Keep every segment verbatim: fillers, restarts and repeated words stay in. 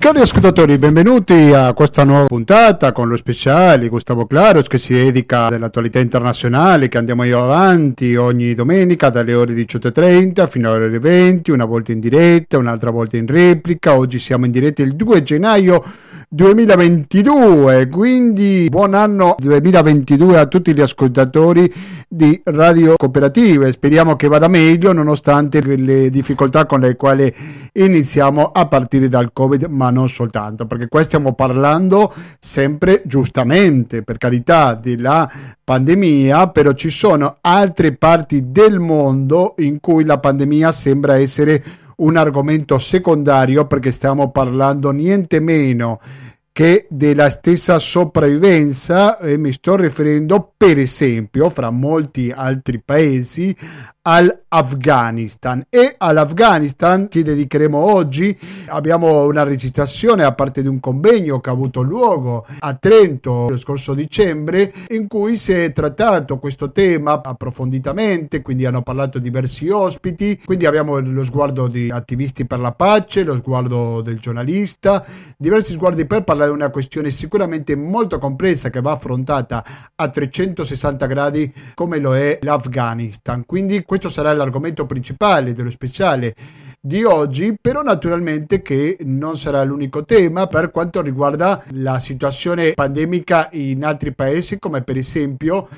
Cari ascoltatori, benvenuti a questa nuova puntata con lo speciale Gustavo Claros che si dedica all'attualità internazionale, che andiamo io avanti ogni domenica dalle ore diciotto e trenta fino alle ore venti, una volta in diretta, un'altra volta in replica. Oggi siamo in diretta il due gennaio duemilaventidue, quindi buon anno duemilaventidue a tutti gli ascoltatori di Radio Cooperative. Speriamo che vada meglio nonostante le difficoltà con le quali iniziamo a partire dal Covid, ma non soltanto, perché qua stiamo parlando sempre, giustamente, per carità, della pandemia, però ci sono altre parti del mondo in cui la pandemia sembra essere un argomento secondario, perché stiamo parlando niente meno che della stessa sopravvivenza, e mi sto riferendo per esempio, fra molti altri paesi, all'Afghanistan. E all'Afghanistan ci dedicheremo oggi. Abbiamo una registrazione a parte di un convegno che ha avuto luogo a Trento lo scorso dicembre, in cui si è trattato questo tema approfonditamente, quindi hanno parlato diversi ospiti, quindi abbiamo lo sguardo di attivisti per la pace, lo sguardo del giornalista, diversi sguardi per parlare di una questione sicuramente molto complessa che va affrontata a trecentosessanta gradi come lo è l'Afghanistan. Quindi questo sarà l'argomento principale dello speciale di oggi, però naturalmente che non sarà l'unico tema per quanto riguarda la situazione pandemica in altri paesi, come per esempio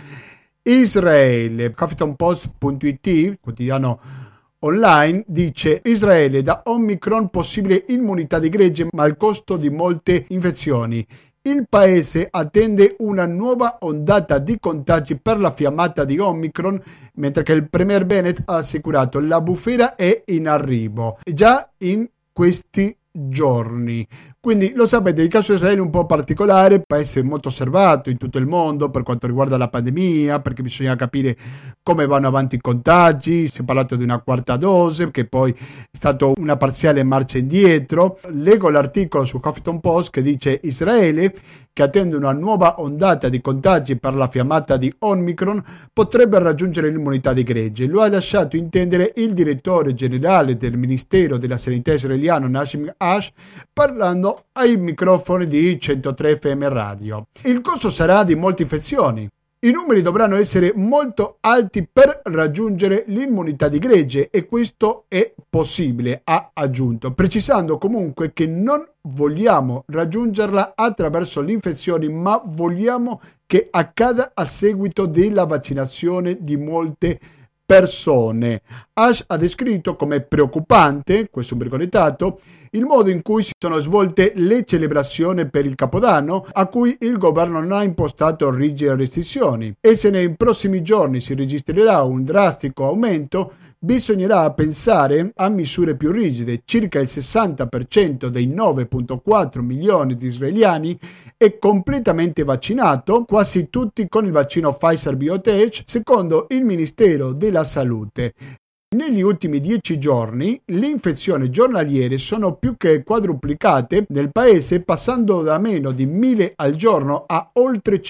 Israele. Huffington Post punto it, quotidiano online, dice: Israele, da Omicron possibile immunità di gregge ma al costo di molte infezioni. Il paese attende una nuova ondata di contagi per la fiammata di Omicron, mentre che il premier Bennett ha assicurato la bufera è in arrivo già in questi giorni. Quindi lo sapete, il caso Israele è un po' particolare, paese molto osservato in tutto il mondo per quanto riguarda la pandemia, perché bisogna capire come vanno avanti i contagi. Si è parlato di una quarta dose, che poi è stata una parziale marcia indietro. Leggo l'articolo su Huffington Post che dice: Israele, che attende una nuova ondata di contagi per la fiammata di Omicron, potrebbe raggiungere l'immunità di gregge. Lo ha lasciato intendere il direttore generale del Ministero della Sanità israeliano, Nashim Ash, parlando ai microfoni di centotré F M Radio. Il costo sarà di molte infezioni. I numeri dovranno essere molto alti per raggiungere l'immunità di gregge, e questo è possibile, ha aggiunto, precisando comunque che non vogliamo raggiungerla attraverso le infezioni, ma vogliamo che accada a seguito della vaccinazione di molte persone. Ash ha descritto come preoccupante, questo è un virgolettato, il modo in cui si sono svolte le celebrazioni per il Capodanno, a cui il governo non ha impostato rigide restrizioni, e se nei prossimi giorni si registrerà un drastico aumento, bisognerà pensare a misure più rigide. Circa il sessanta per cento dei nove virgola quattro milioni di israeliani è completamente vaccinato, quasi tutti con il vaccino Pfizer-BioNTech, secondo il Ministero della Salute. Negli ultimi dieci giorni le infezioni giornaliere sono più che quadruplicate nel paese, passando da meno di mille al giorno a oltre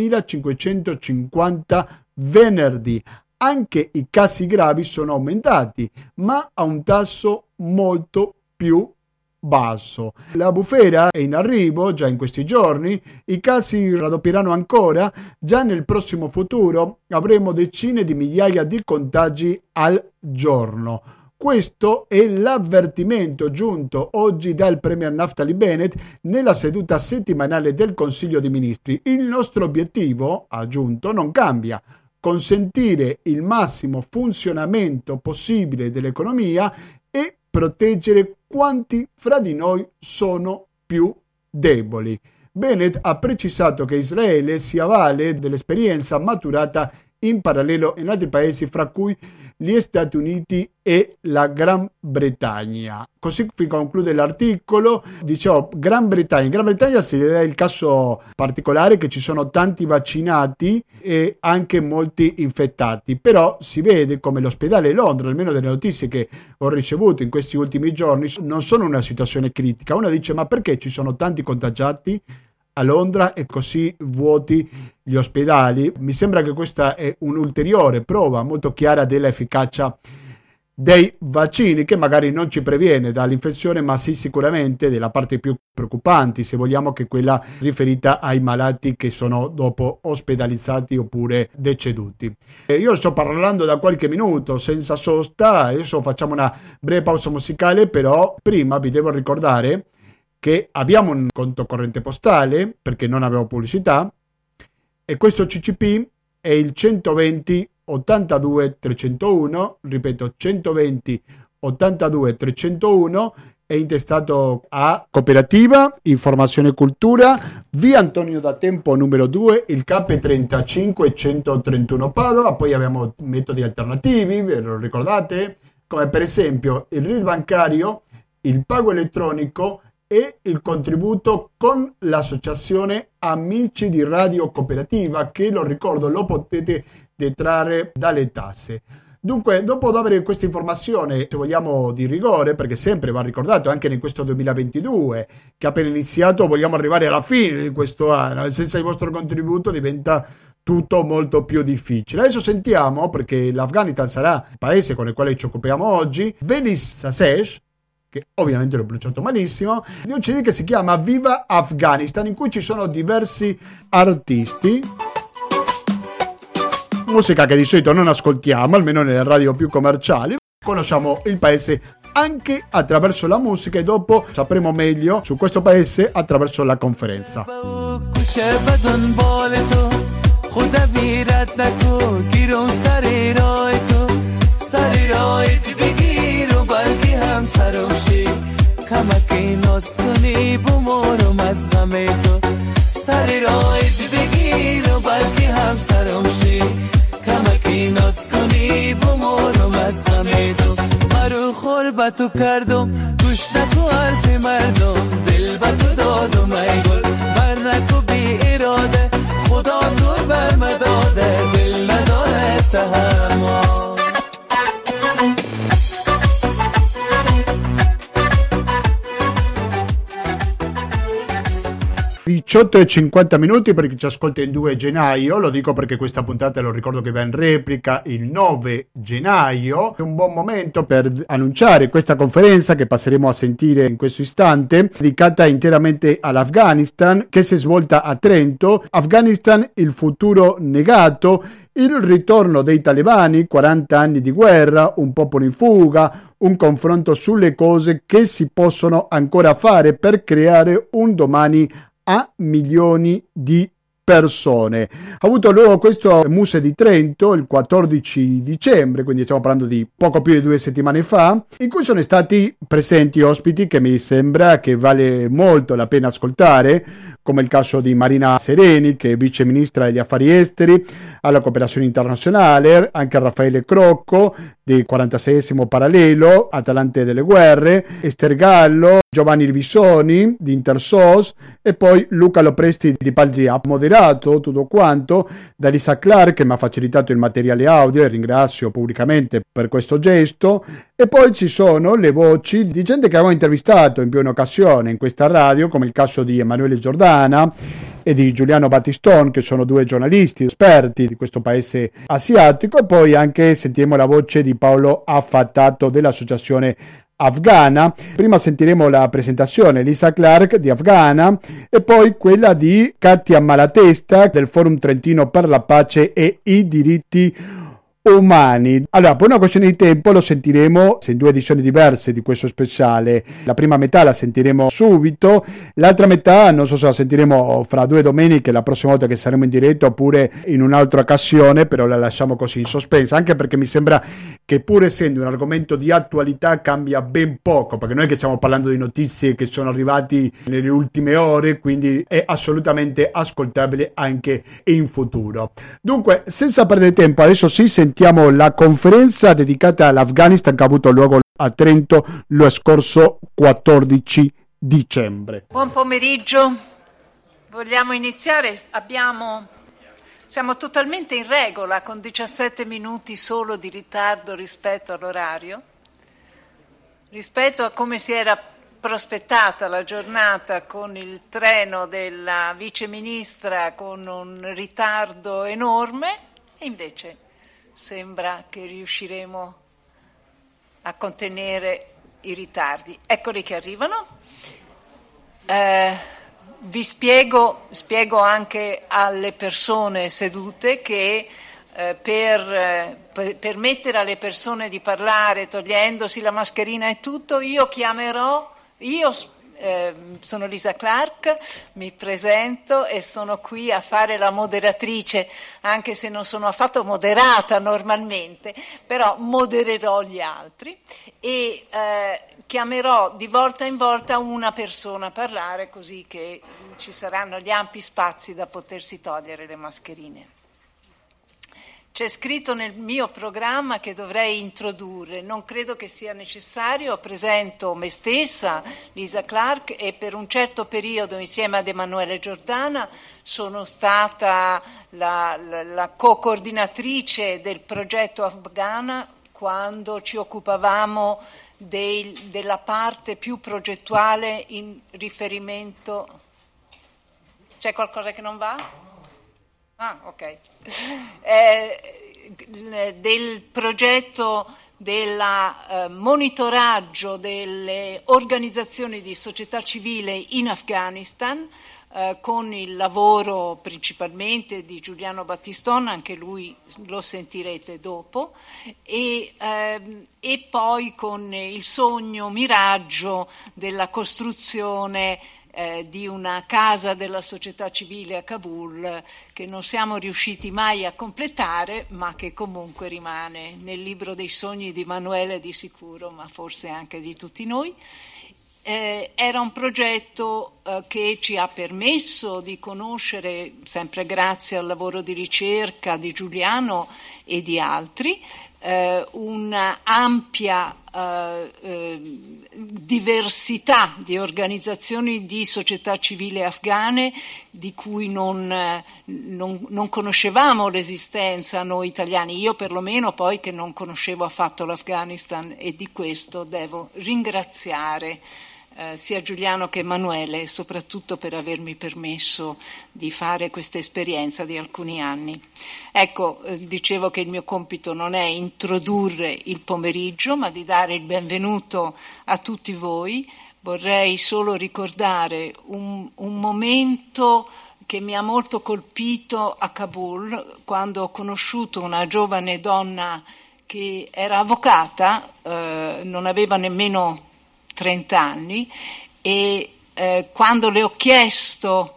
cinquemilacinquecentocinquanta venerdì. Anche i casi gravi sono aumentati, ma a un tasso molto più basso. La bufera è in arrivo già in questi giorni, i casi raddoppieranno ancora, già nel prossimo futuro avremo decine di migliaia di contagi al giorno. Questo è l'avvertimento giunto oggi dal premier Naftali Bennett nella seduta settimanale del Consiglio dei Ministri. Il nostro obiettivo, ha aggiunto, non cambia: consentire il massimo funzionamento possibile dell'economia e proteggere quanti fra di noi sono più deboli. Bennett ha precisato che Israele si avvale dell'esperienza maturata in parallelo in altri paesi, fra cui gli Stati Uniti e la Gran Bretagna. Così conclude l'articolo. Dicevo, Gran Bretagna. In Gran Bretagna si vede il caso particolare che ci sono tanti vaccinati e anche molti infettati, però si vede come l'ospedale Londra, almeno delle notizie che ho ricevuto in questi ultimi giorni, non sono una situazione critica. Uno dice: ma perché ci sono tanti contagiati a Londra e così vuoti gli ospedali? Mi sembra che questa è un'ulteriore prova molto chiara dell'efficacia dei vaccini, che magari non ci previene dall'infezione, ma sì sicuramente della parte più preoccupante, se vogliamo, che è quella riferita ai malati che sono dopo ospedalizzati oppure deceduti. E io sto parlando da qualche minuto senza sosta, adesso facciamo una breve pausa musicale, però prima vi devo ricordare che abbiamo un conto corrente postale perché non avevo pubblicità, e questo C C P è il centoventi ottantadue trecentouno, ripeto centoventi ottantadue trecentouno, è intestato a Cooperativa Informazione e Cultura, via Antonio da Tempo numero due, il K trentacinque centotrentuno Padova. Poi abbiamo metodi alternativi, ve lo ricordate, come per esempio il R I D bancario, il pago elettronico e il contributo con l'associazione Amici di Radio Cooperativa, che lo ricordo lo potete detrarre dalle tasse. Dunque, dopo avere questa informazione, se vogliamo, di rigore, perché sempre va ricordato anche in questo duemilaventidue, che appena iniziato vogliamo arrivare alla fine di questo anno, e senza il vostro contributo diventa tutto molto più difficile. Adesso sentiamo, perché l'Afghanistan sarà il paese con il quale ci occupiamo oggi, Venis Sasesh, che ovviamente l'ho pronunciato malissimo, di un C D che si chiama Viva Afghanistan, in cui ci sono diversi artisti, musica che di solito non ascoltiamo, almeno nelle radio più commerciali. Conosciamo il paese anche attraverso la musica, e dopo sapremo meglio su questo paese attraverso la conferenza. کمکی ناز کنی بمارم از غم تو مرو خور با تو کردم گوش نکو حرف مردم دل با تو دادم ای گل بر نکو بی اراده خدا تو بر مداده دل نداره تحمل diciotto e cinquanta minuti per chi ci ascolta il due gennaio, lo dico perché questa puntata lo ricordo che va in replica il nove gennaio, è un buon momento per annunciare questa conferenza che passeremo a sentire in questo istante, dedicata interamente all'Afghanistan, che si è svolta a Trento. Afghanistan, il futuro negato, il ritorno dei talebani, quaranta anni di guerra, un popolo in fuga, un confronto sulle cose che si possono ancora fare per creare un domani a milioni di persone. Ha avuto luogo questo Muse di Trento il quattordici dicembre, quindi stiamo parlando di poco più di due settimane fa, in cui sono stati presenti ospiti che mi sembra che vale molto la pena ascoltare, come il caso di Marina Sereni, che è vice ministra degli affari esteri alla cooperazione internazionale, anche Raffaele Crocco del quarantaseiesimo Parallelo, Atalante delle Guerre, Ester Gallo, Giovanni Visoni di Intersos e poi Luca Lopresti di Palgia. Moderato tutto quanto da Lisa Clark, che mi ha facilitato il materiale audio, e ringrazio pubblicamente per questo gesto. E poi ci sono le voci di gente che avevo intervistato in più un'occasione in questa radio, come il caso di Emanuele Giordana e di Giuliano Battistone, che sono due giornalisti esperti di questo paese asiatico, e poi anche sentiremo la voce di Paolo Affattato dell'associazione afghana. Prima sentiremo la presentazione Lisa Clark di Afghana e poi quella di Katia Malatesta del Forum Trentino per la Pace e i Diritti Umani. Allora, per una questione di tempo lo sentiremo in due edizioni diverse di questo speciale. La prima metà la sentiremo subito, l'altra metà non so se la sentiremo fra due domeniche, la prossima volta che saremo in diretta, oppure in un'altra occasione, però la lasciamo così in sospensa, anche perché mi sembra che, pur essendo un argomento di attualità, cambia ben poco, perché noi che stiamo parlando di notizie che sono arrivate nelle ultime ore, quindi è assolutamente ascoltabile anche in futuro. Dunque, senza perdere tempo, adesso sì sentiamo la conferenza dedicata all'Afghanistan che ha avuto luogo a Trento lo scorso quattordici dicembre. Buon pomeriggio, vogliamo iniziare? Abbiamo, siamo totalmente in regola con diciassette minuti solo di ritardo rispetto all'orario, rispetto a come si era prospettata la giornata con il treno della vice ministra con un ritardo enorme, e invece sembra che riusciremo a contenere i ritardi. Eccoli che arrivano. Eh, vi spiego, spiego anche alle persone sedute che eh, per eh, per permettere alle persone di parlare togliendosi la mascherina e tutto, io chiamerò, io Eh, sono Lisa Clark, mi presento e sono qui a fare la moderatrice, anche se non sono affatto moderata normalmente, però modererò gli altri e eh, chiamerò di volta in volta una persona a parlare, così che ci saranno gli ampi spazi da potersi togliere le mascherine. C'è scritto nel mio programma che dovrei introdurre, non credo che sia necessario, presento me stessa, Lisa Clark, e per un certo periodo insieme ad Emanuele Giordana sono stata la, la, la co-coordinatrice del progetto Afghana quando ci occupavamo del, della parte più progettuale in riferimento... C'è qualcosa che non va? Ah, ok. Eh, del progetto del eh, monitoraggio delle organizzazioni di società civile in Afghanistan, eh, con il lavoro principalmente di Giuliano Battiston, anche lui lo sentirete dopo, e, eh, e poi con il sogno miraggio della costruzione Eh, di una casa della società civile a Kabul che non siamo riusciti mai a completare, ma che comunque rimane nel libro dei sogni di Emanuele di sicuro, ma forse anche di tutti noi. Eh, era un progetto eh, che ci ha permesso di conoscere, sempre grazie al lavoro di ricerca di Giuliano e di altri, eh, un'ampia eh, eh, diversità di organizzazioni di società civile afghane di cui non, non, non conoscevamo l'esistenza noi italiani, io perlomeno poi che non conoscevo affatto l'Afghanistan, e di questo devo ringraziare Eh, sia Giuliano che Emanuele, soprattutto per avermi permesso di fare questa esperienza di alcuni anni. Ecco, eh, dicevo che il mio compito non è introdurre il pomeriggio, ma di dare il benvenuto a tutti voi. Vorrei solo ricordare un, un momento che mi ha molto colpito a Kabul, quando ho conosciuto una giovane donna che era avvocata, eh, non aveva nemmeno trenta anni, e eh, quando le ho chiesto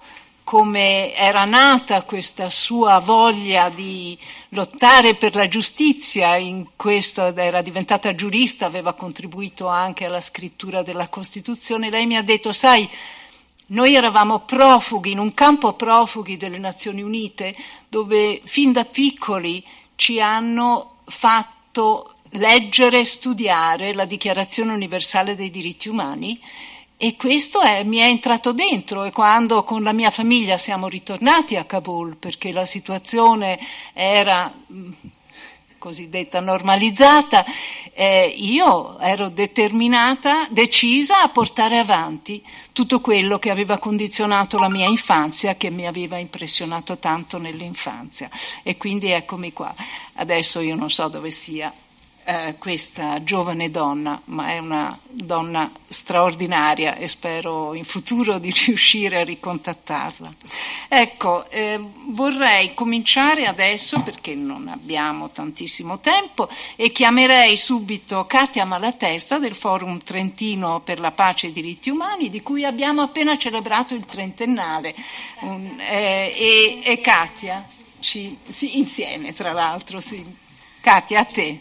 come era nata questa sua voglia di lottare per la giustizia, in questo era diventata giurista, aveva contribuito anche alla scrittura della Costituzione, lei mi ha detto: sai, noi eravamo profughi, in un campo profughi delle Nazioni Unite, dove fin da piccoli ci hanno fatto leggere e studiare la Dichiarazione Universale dei Diritti Umani, e questo è, mi è entrato dentro, e quando con la mia famiglia siamo ritornati a Kabul, perché la situazione era mh, cosiddetta normalizzata, eh, io ero determinata, decisa a portare avanti tutto quello che aveva condizionato la mia infanzia, che mi aveva impressionato tanto nell'infanzia, e quindi eccomi qua. Adesso io non so dove sia Eh, questa giovane donna, ma è una donna straordinaria e spero in futuro di riuscire a ricontattarla. Ecco, eh, vorrei cominciare adesso perché non abbiamo tantissimo tempo, e chiamerei subito Katia Malatesta del Forum Trentino per la Pace e i Diritti Umani, di cui abbiamo appena celebrato il trentennale, Un, eh, e, e Katia ci, sì, insieme tra l'altro, sì. Katia, a te.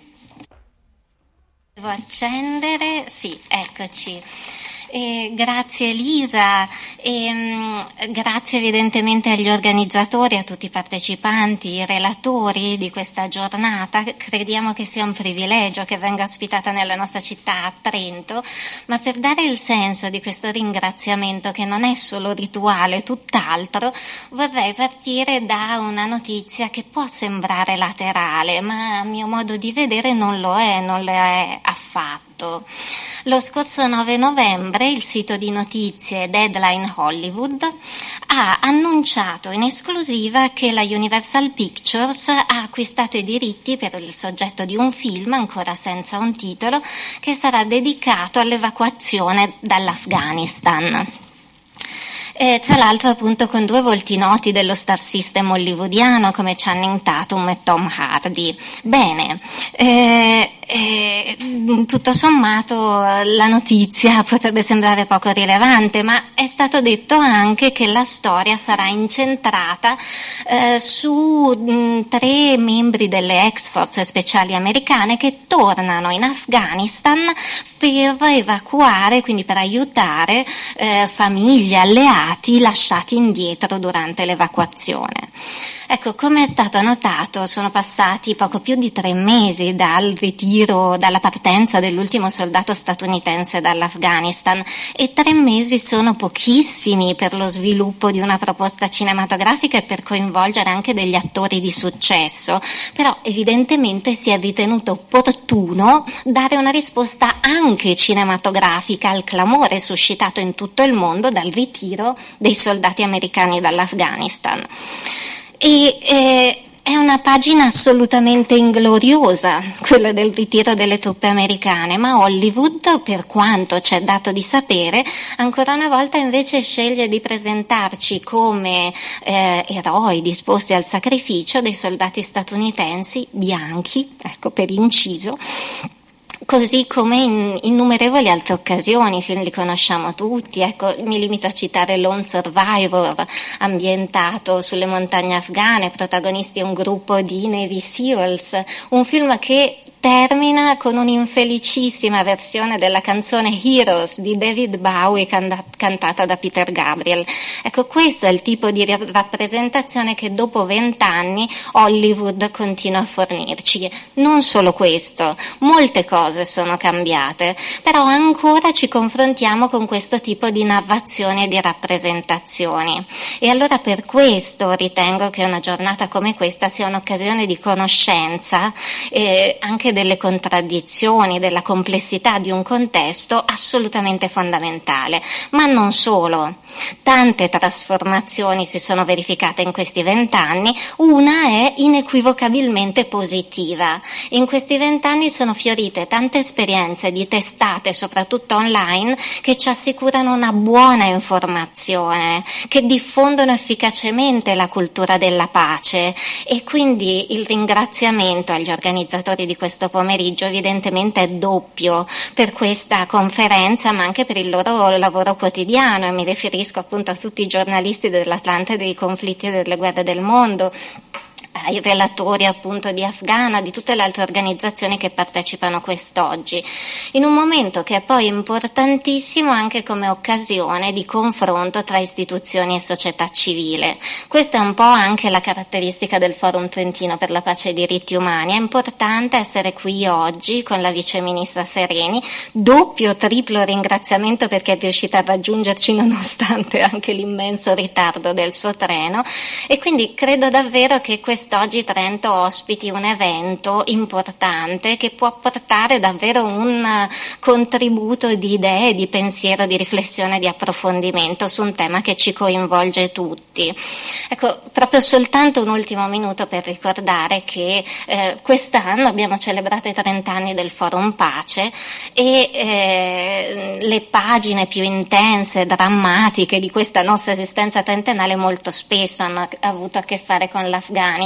Devo accendere, sì, eccoci. Eh, grazie Elisa, e, mh, grazie evidentemente agli organizzatori, a tutti i partecipanti, i relatori di questa giornata. Crediamo che sia un privilegio che venga ospitata nella nostra città, a Trento, ma per dare il senso di questo ringraziamento, che non è solo rituale, tutt'altro, vorrei partire da una notizia che può sembrare laterale, ma a mio modo di vedere non lo è, non lo è affatto. fatto. Lo scorso nove novembre il sito di notizie Deadline Hollywood ha annunciato in esclusiva che la Universal Pictures ha acquistato i diritti per il soggetto di un film, ancora senza un titolo, che sarà dedicato all'evacuazione dall'Afghanistan. E tra l'altro appunto con due volti noti dello star system hollywoodiano come Channing Tatum e Tom Hardy. Bene, eh, eh, tutto sommato la notizia potrebbe sembrare poco rilevante, ma è stato detto anche che la storia sarà incentrata eh, su mh, tre membri delle ex-forze speciali americane che tornano in Afghanistan per evacuare, quindi per aiutare eh, famiglie, alleati lasciati indietro durante l'evacuazione. Ecco, come è stato notato, sono passati poco più di tre mesi dal ritiro, dalla partenza dell'ultimo soldato statunitense dall'Afghanistan, e tre mesi sono pochissimi per lo sviluppo di una proposta cinematografica e per coinvolgere anche degli attori di successo, però evidentemente si è ritenuto opportuno dare una risposta anche cinematografica al clamore suscitato in tutto il mondo dal ritiro dei soldati americani dall'Afghanistan. E eh, è una pagina assolutamente ingloriosa, quella del ritiro delle truppe americane, ma Hollywood, per quanto c'è dato di sapere, ancora una volta invece sceglie di presentarci come eh, eroi disposti al sacrificio dei soldati statunitensi bianchi, ecco, per inciso, così come in innumerevoli altre occasioni. I film li conosciamo tutti, ecco, mi limito a citare Lone Survivor, ambientato sulle montagne afghane, protagonisti un gruppo di Navy Seals, un film che termina con un'infelicissima versione della canzone Heroes di David Bowie can- cantata da Peter Gabriel. Ecco, questo è il tipo di rappresentazione che dopo vent'anni Hollywood continua a fornirci. Non solo questo, molte cose sono cambiate, però ancora ci confrontiamo con questo tipo di narrazioni e di rappresentazioni. E allora per questo ritengo che una giornata come questa sia un'occasione di conoscenza eh, anche delle contraddizioni, della complessità di un contesto assolutamente fondamentale. Ma non solo. Tante trasformazioni si sono verificate in questi vent'anni, una è inequivocabilmente positiva. In questi vent'anni sono fiorite tante esperienze di testate, soprattutto online, che ci assicurano una buona informazione, che diffondono efficacemente la cultura della pace, e quindi il ringraziamento agli organizzatori di questo pomeriggio evidentemente è doppio per questa conferenza, ma anche per il loro lavoro quotidiano, e mi riferisco appunto a tutti i giornalisti dell'Atlante dei conflitti e delle guerre del mondo, ai relatori appunto di Afghana, di tutte le altre organizzazioni che partecipano quest'oggi, in un momento che è poi importantissimo anche come occasione di confronto tra istituzioni e società civile. Questa è un po' anche la caratteristica del Forum Trentino per la pace e i diritti umani. È importante essere qui oggi con la vice ministra Sereni, doppio triplo ringraziamento perché è riuscita a raggiungerci nonostante anche l'immenso ritardo del suo treno, e quindi credo davvero che questo Oggi Trento ospiti un evento importante che può portare davvero un contributo di idee, di pensiero, di riflessione, di approfondimento su un tema che ci coinvolge tutti. Ecco, proprio soltanto un ultimo minuto per ricordare che eh, quest'anno abbiamo celebrato i trent'anni del Forum Pace, e eh, le pagine più intense, drammatiche di questa nostra esistenza trentennale molto spesso hanno avuto a che fare con l'Afghanistan.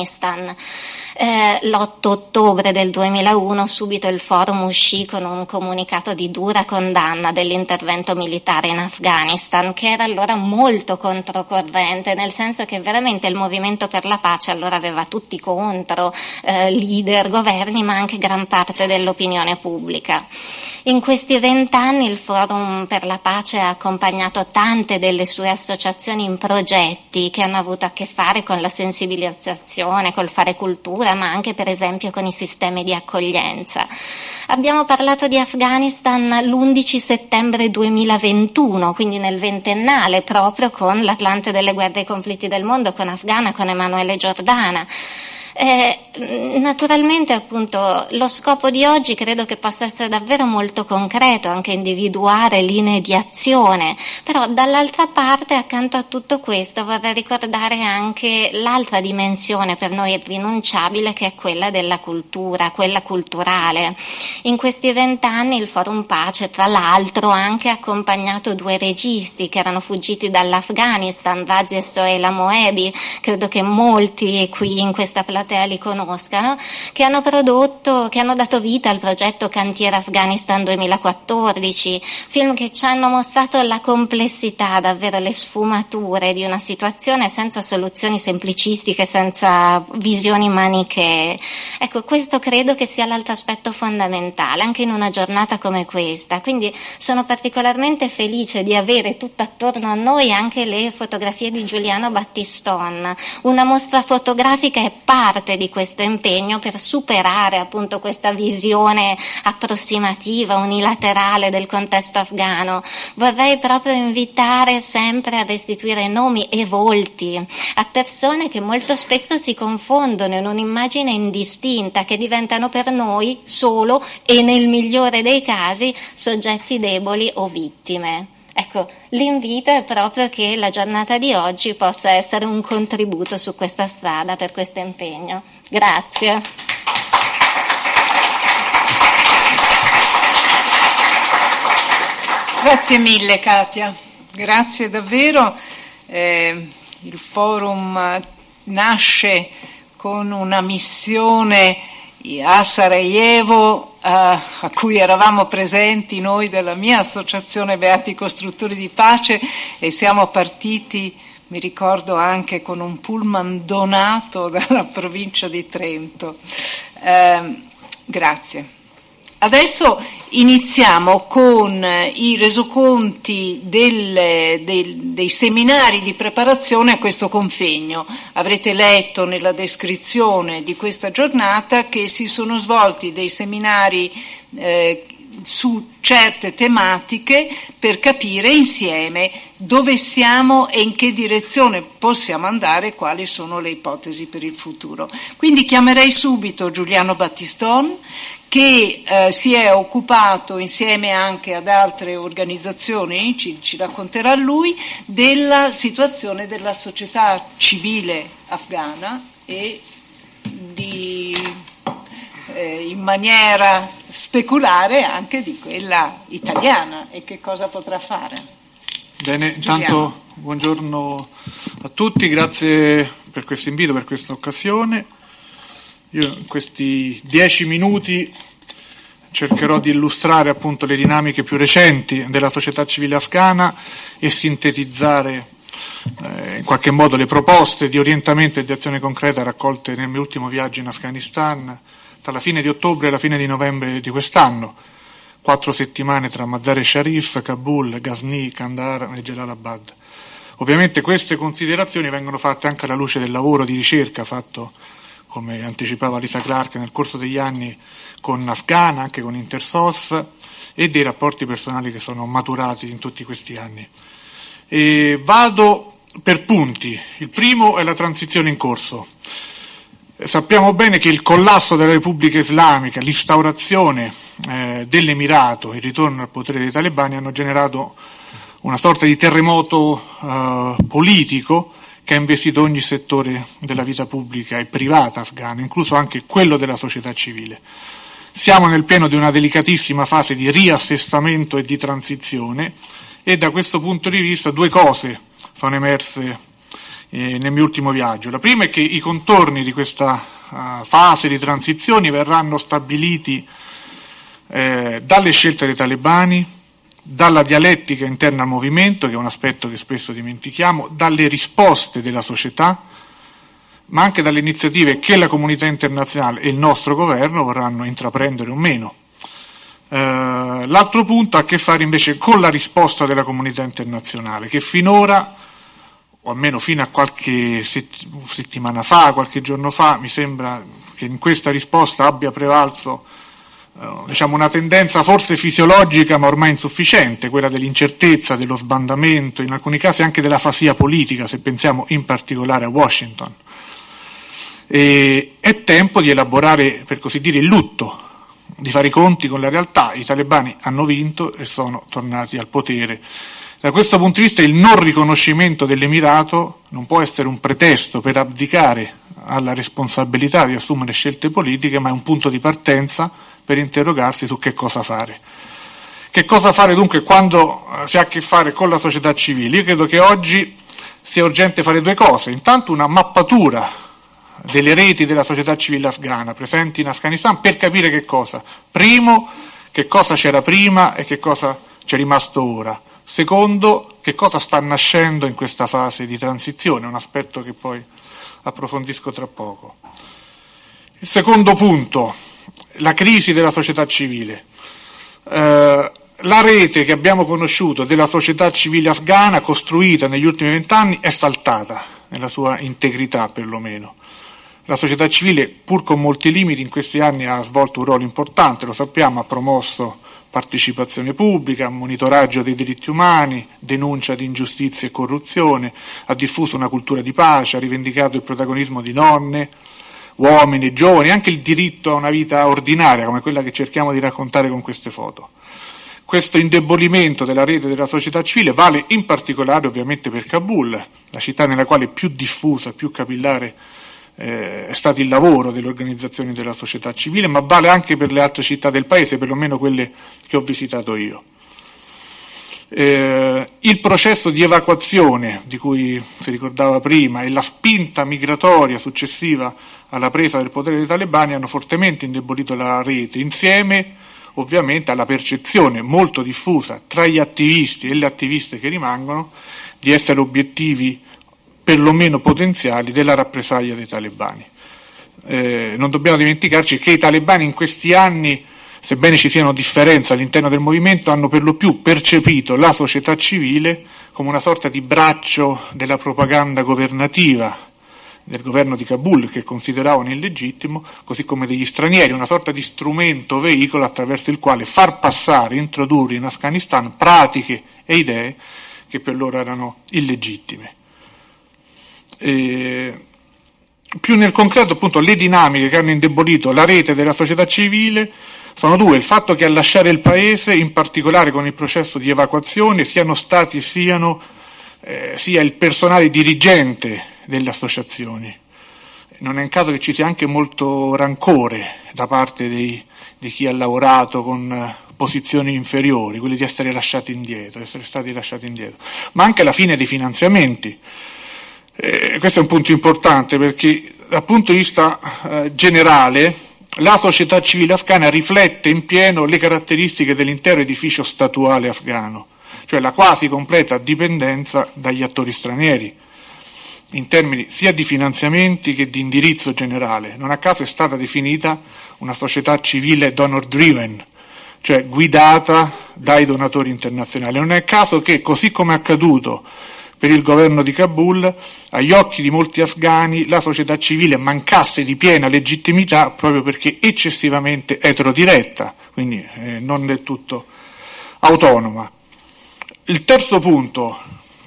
Eh, l'otto ottobre del duemilauno subito il forum uscì con un comunicato di dura condanna dell'intervento militare in Afghanistan, che era allora molto controcorrente, nel senso che veramente il movimento per la pace allora aveva tutti contro, eh, leader, governi, ma anche gran parte dell'opinione pubblica. In questi vent'anni il Forum per la Pace ha accompagnato tante delle sue associazioni in progetti che hanno avuto a che fare con la sensibilizzazione, col fare cultura, ma anche per esempio con i sistemi di accoglienza. Abbiamo parlato di Afghanistan l'undici settembre duemilaventuno, quindi nel ventennale, proprio con l'Atlante delle guerre e conflitti del mondo, con Afghana, con Emanuele Giordana. Eh, naturalmente appunto lo scopo di oggi credo che possa essere davvero molto concreto, anche individuare linee di azione, però dall'altra parte accanto a tutto questo vorrei ricordare anche l'altra dimensione per noi irrinunciabile, che è quella della cultura, quella culturale. In questi vent'anni il Forum Pace tra l'altro ha anche accompagnato due registi che erano fuggiti dall'Afghanistan, Razi e Soheila Moebi, credo che molti qui in questa platea li conoscano, che hanno prodotto, che hanno dato vita al progetto Cantiere Afghanistan duemilaquattordici, film che ci hanno mostrato la complessità, davvero le sfumature di una situazione senza soluzioni semplicistiche, senza visioni manichee. Ecco, questo credo che sia l'altro aspetto fondamentale, anche in una giornata come questa. Quindi sono particolarmente felice di avere tutto attorno a noi anche le fotografie di Giuliano Battiston. Una mostra fotografica è parte di questo impegno per superare appunto questa visione approssimativa, unilaterale del contesto afghano. Vorrei proprio invitare sempre a restituire nomi e volti a persone che molto spesso si confondono in un'immagine indistinta, che diventano per noi solo e nel migliore dei casi soggetti deboli o vittime. Ecco, l'invito è proprio che la giornata di oggi possa essere un contributo su questa strada per questo impegno. Grazie. Grazie mille Katia, grazie davvero. Eh, il forum nasce con una missione a Sarajevo, a cui eravamo presenti noi della mia associazione Beati Costruttori di Pace, e siamo partiti, mi ricordo, anche con un pullman donato dalla provincia di Trento. Eh, grazie. Adesso iniziamo con i resoconti del, del, dei seminari di preparazione a questo convegno. Avrete letto nella descrizione di questa giornata che si sono svolti dei seminari eh, su certe tematiche per capire insieme dove siamo e in che direzione possiamo andare e quali sono le ipotesi per il futuro. Quindi chiamerei subito Giuliano Battiston, che eh, si è occupato insieme anche ad altre organizzazioni, ci, ci racconterà lui, della situazione della società civile afghana e di, eh, in maniera speculare anche di quella italiana e che cosa potrà fare. Bene, intanto buongiorno a tutti, grazie per questo invito, per questa occasione. Io in questi dieci minuti cercherò di illustrare appunto le dinamiche più recenti della società civile afghana e sintetizzare eh, in qualche modo le proposte di orientamento e di azione concreta raccolte nel mio ultimo viaggio in Afghanistan tra la fine di ottobre e la fine di novembre di quest'anno, quattro settimane tra Mazar-e-Sharif, Kabul, Ghazni, Kandahar e Jalalabad. Ovviamente queste considerazioni vengono fatte anche alla luce del lavoro di ricerca fatto, come anticipava Lisa Clark, nel corso degli anni con Afghana, anche con Intersos, e dei rapporti personali che sono maturati in tutti questi anni. E vado per punti. Il primo è la transizione in corso. Sappiamo bene che il collasso della Repubblica Islamica, l'instaurazione eh, dell'Emirato, il ritorno al potere dei talebani hanno generato una sorta di terremoto eh, politico che ha investito ogni settore della vita pubblica e privata afghana, incluso anche quello della società civile. Siamo nel pieno di una delicatissima fase di riassestamento e di transizione e da questo punto di vista due cose sono emerse eh, nel mio ultimo viaggio. La prima è che i contorni di questa uh, fase di transizione verranno stabiliti eh, dalle scelte dei talebani, dalla dialettica interna al movimento, che è un aspetto che spesso dimentichiamo, dalle risposte della società, ma anche dalle iniziative che la comunità internazionale e il nostro governo vorranno intraprendere o meno. Eh, l'altro punto ha a che fare invece con la risposta della comunità internazionale, che finora, o almeno fino a qualche sett- settimana fa, qualche giorno fa, mi sembra che in questa risposta abbia prevalso diciamo una tendenza forse fisiologica ma ormai insufficiente, quella dell'incertezza, dello sbandamento, in alcuni casi anche della afasia politica, se pensiamo in particolare a Washington. E è tempo di elaborare, per così dire, il lutto, di fare i conti con la realtà. I talebani hanno vinto e sono tornati al potere. Da questo punto di vista il non riconoscimento dell'Emirato non può essere un pretesto per abdicare alla responsabilità di assumere scelte politiche, ma è un punto di partenza per interrogarsi su che cosa fare. Che cosa fare dunque quando si ha a che fare con la società civile? Io credo che oggi sia urgente fare due cose. Intanto una mappatura delle reti della società civile afghana presenti in Afghanistan per capire che cosa. Primo, che cosa c'era prima e che cosa c'è rimasto ora. Secondo, che cosa sta nascendo in questa fase di transizione, un aspetto che poi approfondisco tra poco. Il secondo punto, la crisi della società civile. Eh, la rete che abbiamo conosciuto della società civile afghana costruita negli ultimi vent'anni è saltata, nella sua integrità perlomeno. La società civile, pur con molti limiti, in questi anni ha svolto un ruolo importante, lo sappiamo, ha promosso partecipazione pubblica, monitoraggio dei diritti umani, denuncia di ingiustizie e corruzione, ha diffuso una cultura di pace, ha rivendicato il protagonismo di donne, uomini, giovani, anche il diritto a una vita ordinaria, come quella che cerchiamo di raccontare con queste foto. Questo indebolimento della rete della società civile vale in particolare ovviamente per Kabul, la città nella quale più diffusa, più capillare Eh, è stato il lavoro delle organizzazioni della società civile, ma vale anche per le altre città del paese, perlomeno quelle che ho visitato io. Eh, il processo di evacuazione di cui si ricordava prima e la spinta migratoria successiva alla presa del potere dei talebani hanno fortemente indebolito la rete, insieme ovviamente alla percezione molto diffusa tra gli attivisti e le attiviste che rimangono di essere obiettivi perlomeno potenziali della rappresaglia dei talebani. Eh, non dobbiamo dimenticarci che i talebani in questi anni, sebbene ci siano differenze all'interno del movimento, hanno per lo più percepito la società civile come una sorta di braccio della propaganda governativa del governo di Kabul, che consideravano illegittimo, così come degli stranieri, una sorta di strumento veicolo attraverso il quale far passare, introdurre in Afghanistan pratiche e idee che per loro erano illegittime. E più nel concreto, appunto, le dinamiche che hanno indebolito la rete della società civile sono due: il fatto che a lasciare il paese, in particolare con il processo di evacuazione, siano stati siano eh, sia il personale dirigente delle associazioni. Non è un caso che ci sia anche molto rancore da parte dei, di chi ha lavorato con eh, posizioni inferiori, quelli di essere lasciati indietro, essere stati lasciati indietro, ma anche la fine dei finanziamenti. Eh, questo è un punto importante perché dal punto di vista eh, generale la società civile afghana riflette in pieno le caratteristiche dell'intero edificio statuale afghano, cioè la quasi completa dipendenza dagli attori stranieri, in termini sia di finanziamenti che di indirizzo generale. Non a caso è stata definita una società civile donor driven, cioè guidata dai donatori internazionali. Non è a caso che, così come è accaduto per il governo di Kabul, agli occhi di molti afghani la società civile mancasse di piena legittimità proprio perché eccessivamente eterodiretta, quindi eh, non del tutto autonoma. Il terzo punto,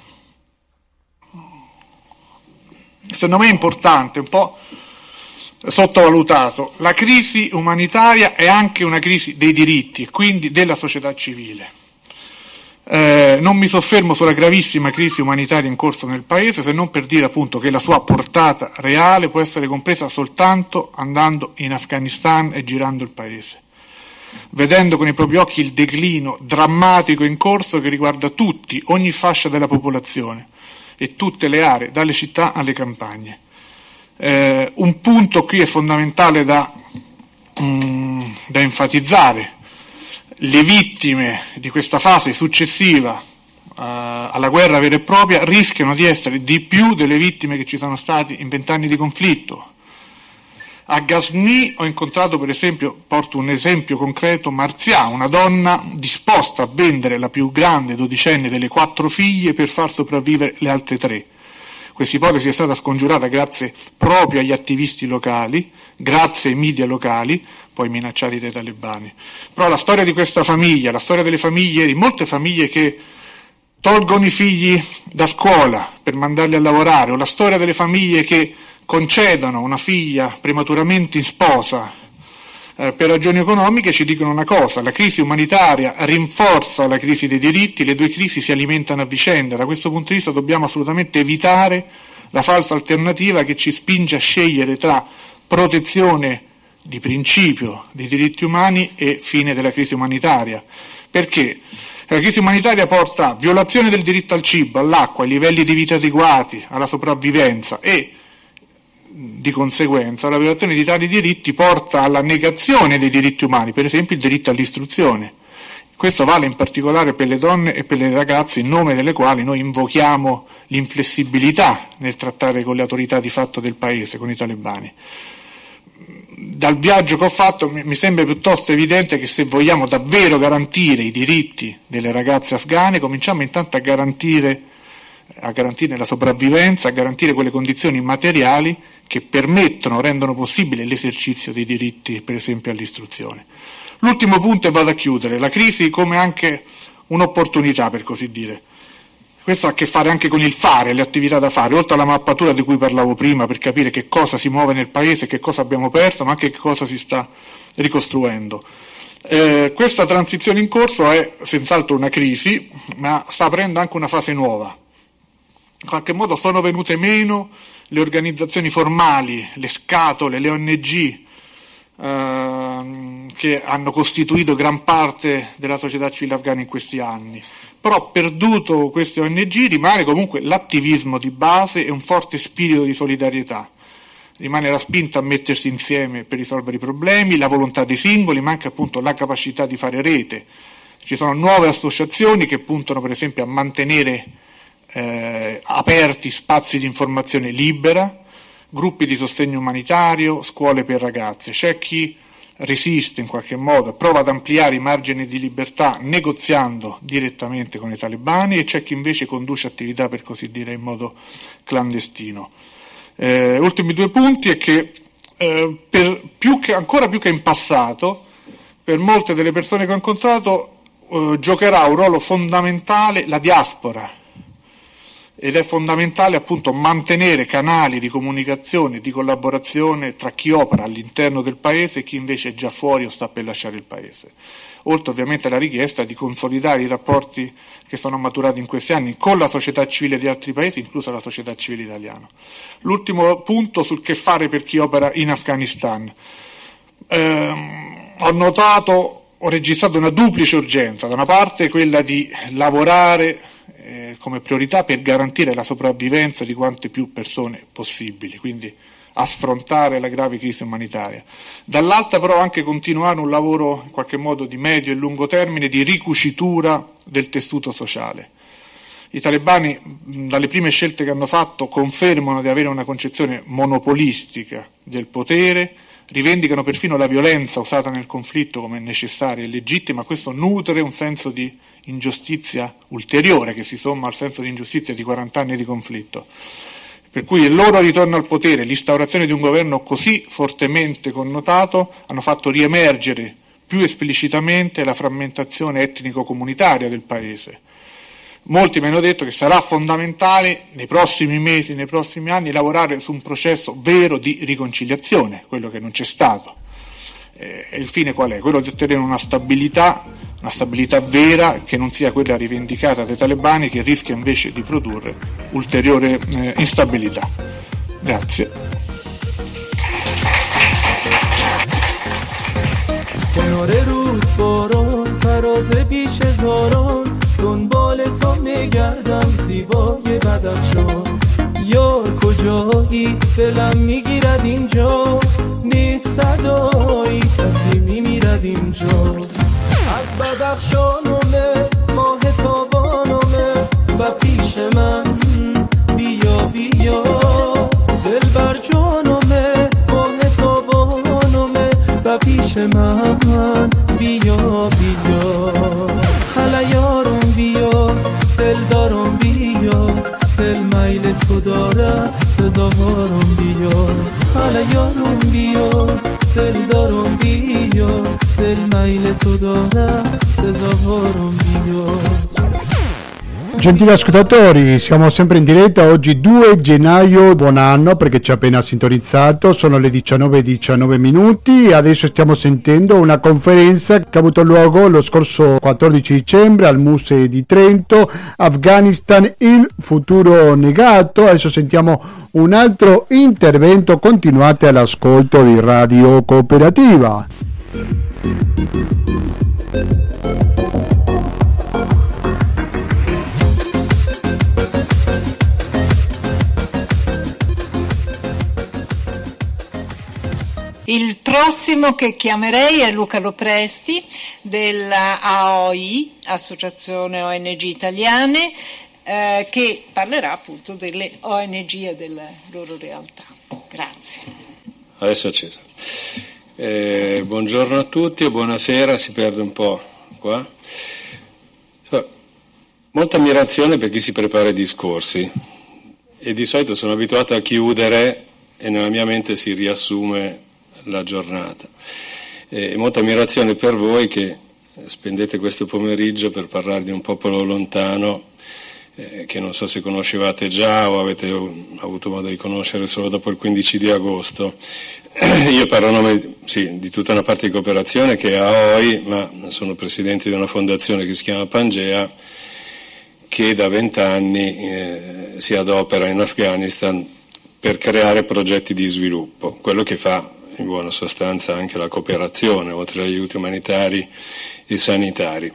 secondo me è importante, un po' sottovalutato: la crisi umanitaria è anche una crisi dei diritti e quindi della società civile. Eh, non mi soffermo sulla gravissima crisi umanitaria in corso nel paese, se non per dire appunto che la sua portata reale può essere compresa soltanto andando in Afghanistan e girando il paese, vedendo con i propri occhi il declino drammatico in corso che riguarda tutti, ogni fascia della popolazione e tutte le aree, dalle città alle campagne. Eh, un punto qui è fondamentale da, mm, da enfatizzare: le vittime di questa fase successiva uh, alla guerra vera e propria rischiano di essere di più delle vittime che ci sono state in vent'anni di conflitto. A Ghazni ho incontrato, per esempio, porto un esempio concreto, Marzia, una donna disposta a vendere la più grande dodicenne delle quattro figlie per far sopravvivere le altre tre. Questa ipotesi è stata scongiurata grazie proprio agli attivisti locali, grazie ai media locali, poi minacciati dai talebani. Però la storia di questa famiglia, la storia delle famiglie, di molte famiglie che tolgono i figli da scuola per mandarli a lavorare, o la storia delle famiglie che concedono una figlia prematuramente in sposa eh, per ragioni economiche, ci dicono una cosa: la crisi umanitaria rinforza la crisi dei diritti, le due crisi si alimentano a vicenda. Da questo punto di vista dobbiamo assolutamente evitare la falsa alternativa che ci spinge a scegliere tra protezione di principio dei diritti umani e fine della crisi umanitaria. Perché? La crisi umanitaria porta a violazione del diritto al cibo, all'acqua, ai livelli di vita adeguati, alla sopravvivenza, e di conseguenza la violazione di tali diritti porta alla negazione dei diritti umani, per esempio il diritto all'istruzione. Questo vale in particolare per le donne e per le ragazze, in nome delle quali noi invochiamo l'inflessibilità nel trattare con le autorità di fatto del paese, con i talebani. Dal viaggio che ho fatto mi sembra piuttosto evidente che se vogliamo davvero garantire i diritti delle ragazze afghane, cominciamo intanto a garantire, a garantire la sopravvivenza, a garantire quelle condizioni materiali che permettono, rendono possibile l'esercizio dei diritti, per esempio all'istruzione. L'ultimo punto, e vado a chiudere: la crisi come anche un'opportunità, per così dire. Questo ha a che fare anche con il fare, le attività da fare, oltre alla mappatura di cui parlavo prima, per capire che cosa si muove nel paese, che cosa abbiamo perso, ma anche che cosa si sta ricostruendo. Eh, questa transizione in corso è senz'altro una crisi, ma sta aprendo anche una fase nuova. In qualche modo sono venute meno le organizzazioni formali, le scatole, le O N G, eh, che hanno costituito gran parte della società civile afghana in questi anni. Però perduto queste O N G rimane comunque l'attivismo di base e un forte spirito di solidarietà. Rimane la spinta a mettersi insieme per risolvere i problemi, la volontà dei singoli, ma anche appunto la capacità di fare rete. Ci sono nuove associazioni che puntano per esempio a mantenere eh, aperti spazi di informazione libera, gruppi di sostegno umanitario, scuole per ragazze. C'è chi resiste in qualche modo, prova ad ampliare i margini di libertà negoziando direttamente con i talebani, e c'è chi invece conduce attività, per così dire, in modo clandestino. Eh, ultimi due punti è che, eh, per più che ancora più che in passato, per molte delle persone che ho incontrato eh, giocherà un ruolo fondamentale la diaspora, ed è fondamentale appunto mantenere canali di comunicazione e di collaborazione tra chi opera all'interno del paese e chi invece è già fuori o sta per lasciare il paese. Oltre ovviamente alla richiesta di consolidare i rapporti che sono maturati in questi anni con la società civile di altri paesi, inclusa la società civile italiana. L'ultimo punto sul che fare per chi opera in Afghanistan. Eh, ho notato, ho registrato una duplice urgenza: da una parte quella di lavorare eh, come priorità per garantire la sopravvivenza di quante più persone possibili, quindi affrontare la grave crisi umanitaria; dall'altra però anche continuare un lavoro in qualche modo di medio e lungo termine di ricucitura del tessuto sociale. I talebani, dalle prime scelte che hanno fatto, confermano di avere una concezione monopolistica del potere, rivendicano perfino la violenza usata nel conflitto come necessaria e legittima. Questo nutre un senso di ingiustizia ulteriore che si somma al senso di ingiustizia di quaranta anni di conflitto. Per cui il loro ritorno al potere, l'instaurazione di un governo così fortemente connotato, hanno fatto riemergere più esplicitamente la frammentazione etnico-comunitaria del paese. Molti mi hanno detto che sarà fondamentale nei prossimi mesi, nei prossimi anni, lavorare su un processo vero di riconciliazione, quello che non c'è stato. E il fine qual è? Quello di ottenere una stabilità, una stabilità vera, che non sia quella rivendicata dai talebani, che rischia invece di produrre ulteriore eh, instabilità. Grazie. دنبال تو میگردم زیبای بدخشان یار کجایی دلم میگیرد اینجا نیست صدایی کسی میمیرد اینجا از بدخشانمه ماه تابانمه و پیش من بیا بیا دل بر جانمه ماه تابانمه و پیش من بیا بیا حالا یارم بیا دل دارم بیا دل میل تو داره سزاوارم بیا حالا یارم بیا دل دارم بیا دل میل تو داره سزاوارم بیا Gentili ascoltatori, siamo sempre in diretta, oggi due gennaio, buon anno perché ci ha appena sintonizzato, sono le diciannove e diciannove minuti e adesso stiamo sentendo una conferenza che ha avuto luogo lo scorso quattordici dicembre al Museo di Trento, Afghanistan, il futuro negato. Adesso sentiamo un altro intervento, continuate all'ascolto di Radio Cooperativa. Il prossimo che chiamerei è Luca Lopresti della A O I, Associazione O N G Italiane, eh, che parlerà appunto delle O N G e delle loro realtà. Grazie. Adesso è acceso. Eh, buongiorno a tutti o buonasera, si perde un po' qua. Molta ammirazione per chi si prepara ai discorsi e di solito sono abituato a chiudere e nella mia mente si riassume la giornata. E molta ammirazione per voi che spendete questo pomeriggio per parlare di un popolo lontano eh, che non so se conoscevate già o avete avuto modo di conoscere solo dopo il quindici di agosto. Io parlo a nome sì, di tutta una parte di cooperazione che è A O I, ma sono presidente di una fondazione che si chiama Pangea, che da vent'anni eh, si adopera in Afghanistan per creare progetti di sviluppo, quello che fa in buona sostanza anche la cooperazione, oltre agli aiuti umanitari e sanitari.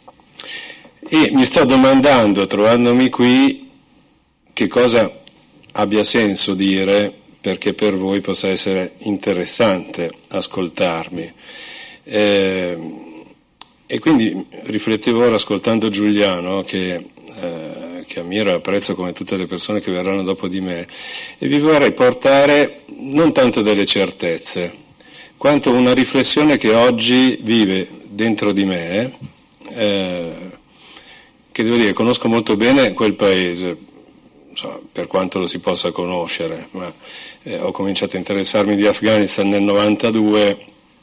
E mi sto domandando, trovandomi qui, che cosa abbia senso dire perché per voi possa essere interessante ascoltarmi. Eh, e quindi riflettevo ora ascoltando Giuliano, che, eh, che ammiro e apprezzo come tutte le persone che verranno dopo di me, e vi vorrei portare non tanto delle certezze, quanto una riflessione che oggi vive dentro di me, eh, che devo dire, conosco molto bene quel paese, insomma, per quanto lo si possa conoscere, ma eh, ho cominciato a interessarmi di Afghanistan nel novantadue,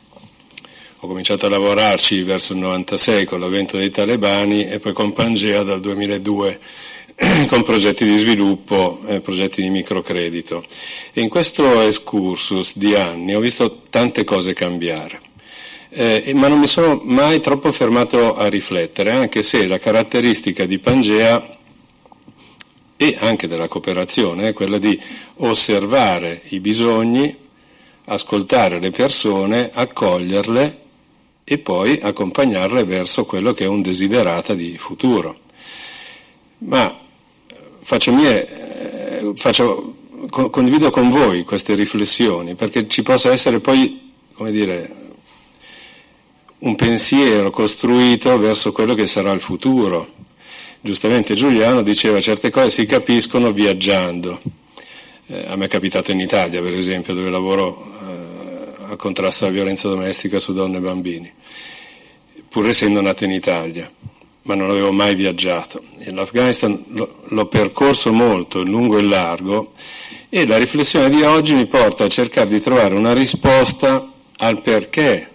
ho cominciato a lavorarci verso il novantasei con l'avvento dei talebani e poi con Pangea dal duemiladue con progetti di sviluppo, eh, progetti di microcredito. E in questo excursus di anni ho visto tante cose cambiare, eh, ma non mi sono mai troppo fermato a riflettere, anche se la caratteristica di Pangea e anche della cooperazione è quella di osservare i bisogni, ascoltare le persone, accoglierle e poi accompagnarle verso quello che è un desiderata di futuro. Ma faccio mie, eh, faccio, co- condivido con voi queste riflessioni perché ci possa essere poi, come dire, un pensiero costruito verso quello che sarà il futuro. Giustamente Giuliano diceva certe cose si capiscono viaggiando. Eh, a me è capitato in Italia, per esempio, dove lavoro eh, a contrasto alla violenza domestica su donne e bambini, pur essendo nato in Italia, ma non avevo mai viaggiato. E l'Afghanistan lo, l'ho percorso molto, in lungo e largo, e la riflessione di oggi mi porta a cercare di trovare una risposta al perché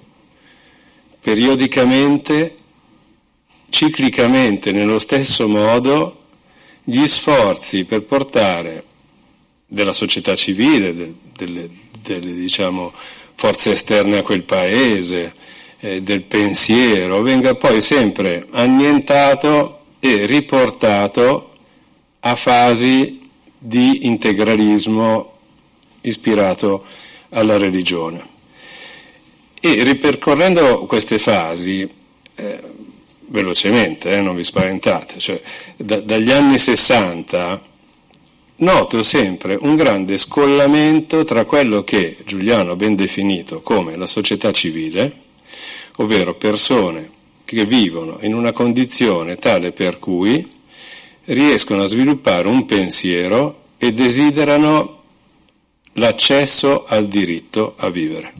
periodicamente, ciclicamente, nello stesso modo, gli sforzi per portare della società civile, de, delle, delle diciamo, forze esterne a quel paese, eh, del pensiero, venga poi sempre annientato e riportato a fasi di integralismo ispirato alla religione. E ripercorrendo queste fasi, eh, velocemente, eh, non vi spaventate, cioè, da, dagli anni sessanta noto sempre un grande scollamento tra quello che Giuliano ha ben definito come la società civile, ovvero persone che vivono in una condizione tale per cui riescono a sviluppare un pensiero e desiderano l'accesso al diritto a vivere,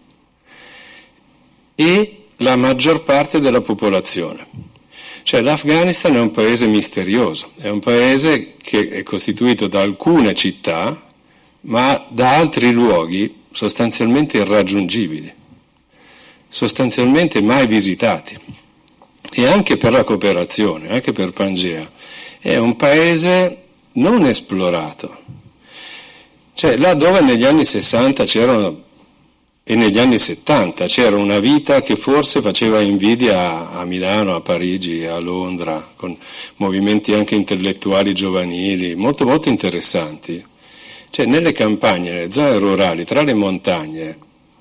e la maggior parte della popolazione. Cioè l'Afghanistan è un paese misterioso, è un paese che è costituito da alcune città, ma da altri luoghi sostanzialmente irraggiungibili, sostanzialmente mai visitati. E anche per la cooperazione, anche per Pangea, è un paese non esplorato. Cioè, là dove negli anni sessanta c'erano e negli anni settanta c'era una vita che forse faceva invidia a Milano, a Parigi, a Londra, con movimenti anche intellettuali giovanili, molto molto interessanti. Cioè, nelle campagne, nelle zone rurali, tra le montagne,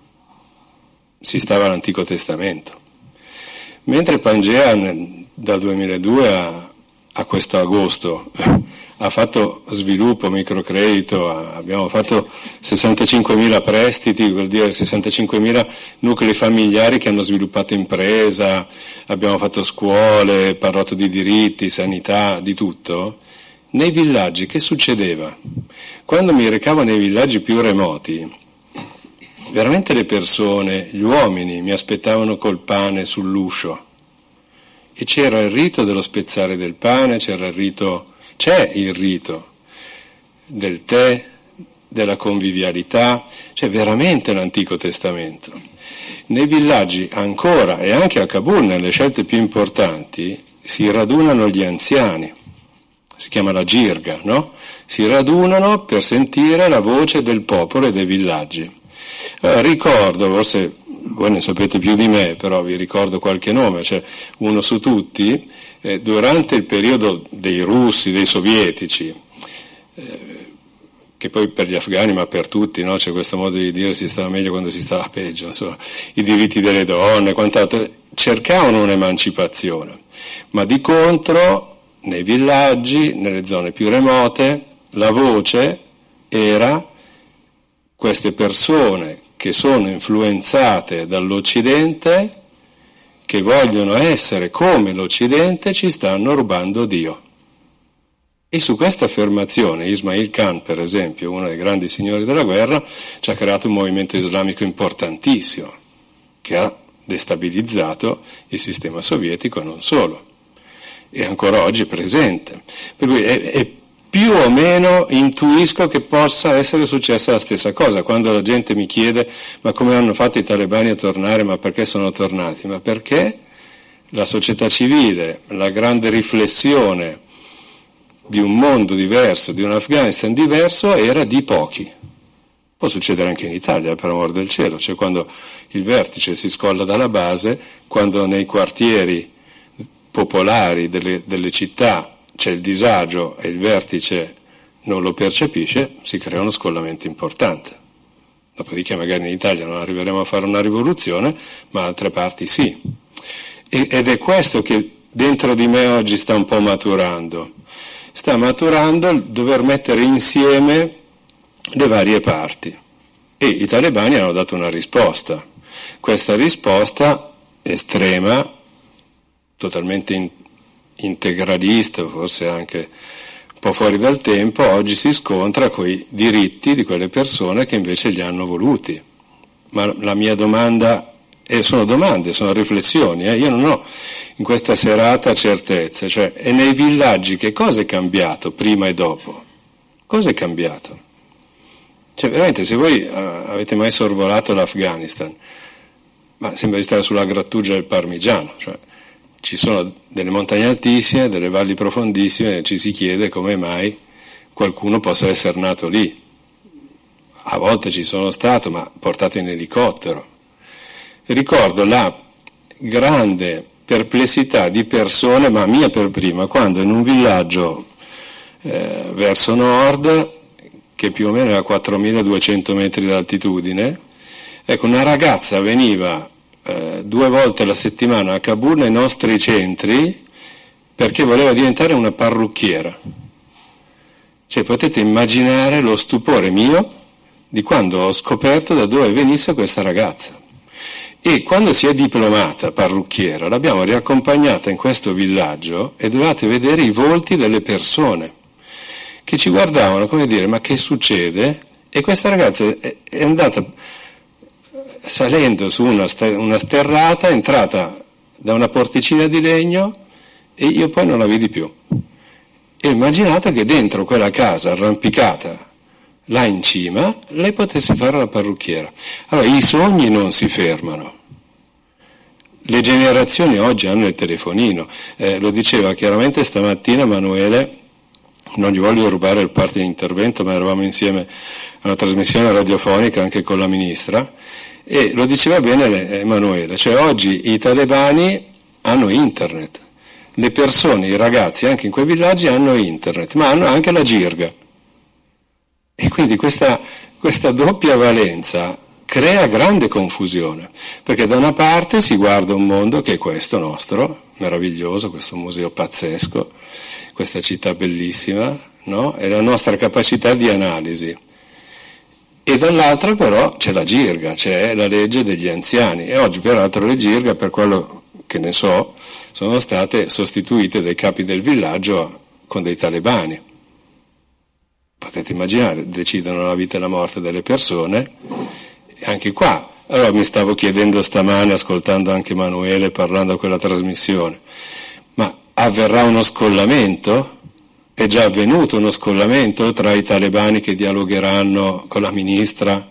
si stava all'Antico Testamento. Mentre Pangea dal duemiladue a, a questo agosto ha fatto sviluppo, microcredito, abbiamo fatto sessantacinquemila prestiti, vuol dire sessantacinquemila nuclei familiari che hanno sviluppato impresa, abbiamo fatto scuole, parlato di diritti, sanità, di tutto. Nei villaggi che succedeva? Quando mi recavo nei villaggi più remoti, veramente le persone, gli uomini mi aspettavano col pane sull'uscio e c'era il rito dello spezzare del pane, c'era il rito, c'è il rito del tè, della convivialità, c'è veramente l'Antico Testamento. Nei villaggi ancora, e anche a Kabul, nelle scelte più importanti, si radunano gli anziani, si chiama la girga, no? Si radunano per sentire la voce del popolo e dei villaggi. Eh, ricordo, forse voi ne sapete più di me, però vi ricordo qualche nome, cioè uno su tutti, eh, durante il periodo dei russi, dei sovietici, eh, che poi per gli afghani, ma per tutti, no? C'è questo modo di dire si stava meglio quando si stava peggio, insomma, i diritti delle donne, quant'altro, cercavano un'emancipazione, ma di contro nei villaggi, nelle zone più remote, la voce era queste persone che sono influenzate dall'Occidente, che vogliono essere come l'Occidente, ci stanno rubando Dio. E su questa affermazione Ismail Khan, per esempio, uno dei grandi signori della guerra, ci ha creato un movimento islamico importantissimo, che ha destabilizzato il sistema sovietico e non solo. E ancora oggi è presente. Per cui è, è più o meno intuisco che possa essere successa la stessa cosa. Quando la gente mi chiede ma come hanno fatto i talebani a tornare, ma perché sono tornati? Ma perché la società civile, la grande riflessione di un mondo diverso, di un Afghanistan diverso, era di pochi. Può succedere anche in Italia, per amor del cielo, cioè quando il vertice si scolla dalla base, quando nei quartieri popolari delle, delle città c'è il disagio e il vertice non lo percepisce, si crea uno scollamento importante. Dopodiché magari in Italia non arriveremo a fare una rivoluzione, ma da altre parti sì. E, ed è questo che dentro di me oggi sta un po' maturando. Sta maturando il dover mettere insieme le varie parti. E i talebani hanno dato una risposta. Questa risposta estrema, totalmente in, integralista, forse anche un po' fuori dal tempo, oggi si scontra con i diritti di quelle persone che invece li hanno voluti. Ma la mia domanda, e sono domande, sono riflessioni, eh? Io non ho in questa serata certezze, cioè, e nei villaggi che cosa è cambiato prima e dopo? Cosa è cambiato? Cioè veramente, se voi uh, avete mai sorvolato l'Afghanistan, ma sembra di stare sulla grattugia del Parmigiano, cioè ci sono delle montagne altissime, delle valli profondissime, e ci si chiede come mai qualcuno possa essere nato lì. A volte ci sono stato, ma portato in elicottero. E ricordo la grande perplessità di persone, ma mia per prima, quando in un villaggio eh, verso nord, che più o meno è a quattromiladuecento metri d'altitudine, ecco, una ragazza veniva eh, due volte alla settimana a Kabul nei nostri centri perché voleva diventare una parrucchiera. Cioè potete immaginare lo stupore mio di quando ho scoperto da dove venisse questa ragazza. E quando si è diplomata parrucchiera l'abbiamo riaccompagnata in questo villaggio e dovevate vedere i volti delle persone che ci guardavano come dire ma che succede? E questa ragazza è andata salendo su una, una sterrata, è entrata da una porticina di legno e io poi non la vidi più. E immaginate che dentro quella casa arrampicata là in cima lei potesse fare la parrucchiera. Allora i sogni non si fermano, le generazioni oggi hanno il telefonino, eh, lo diceva chiaramente stamattina Emanuele, non gli voglio rubare il parte di intervento, ma eravamo insieme a una trasmissione radiofonica anche con la ministra, e lo diceva bene Emanuele, cioè oggi i talebani hanno internet, le persone, i ragazzi anche in quei villaggi hanno internet, ma hanno anche la girga, e quindi questa, questa doppia valenza crea grande confusione, perché da una parte si guarda un mondo che è questo nostro, meraviglioso, questo museo pazzesco, questa città bellissima, no? E la nostra capacità di analisi, e dall'altra però c'è la girga, c'è la legge degli anziani, e oggi peraltro le girga, per quello che ne so, sono state sostituite dai capi del villaggio con dei talebani. Potete immaginare, decidono la vita e la morte delle persone, e anche qua. Allora mi stavo chiedendo stamane, ascoltando anche Emanuele parlando a quella trasmissione, ma avverrà uno scollamento? È già avvenuto uno scollamento tra i talebani che dialogheranno con la ministra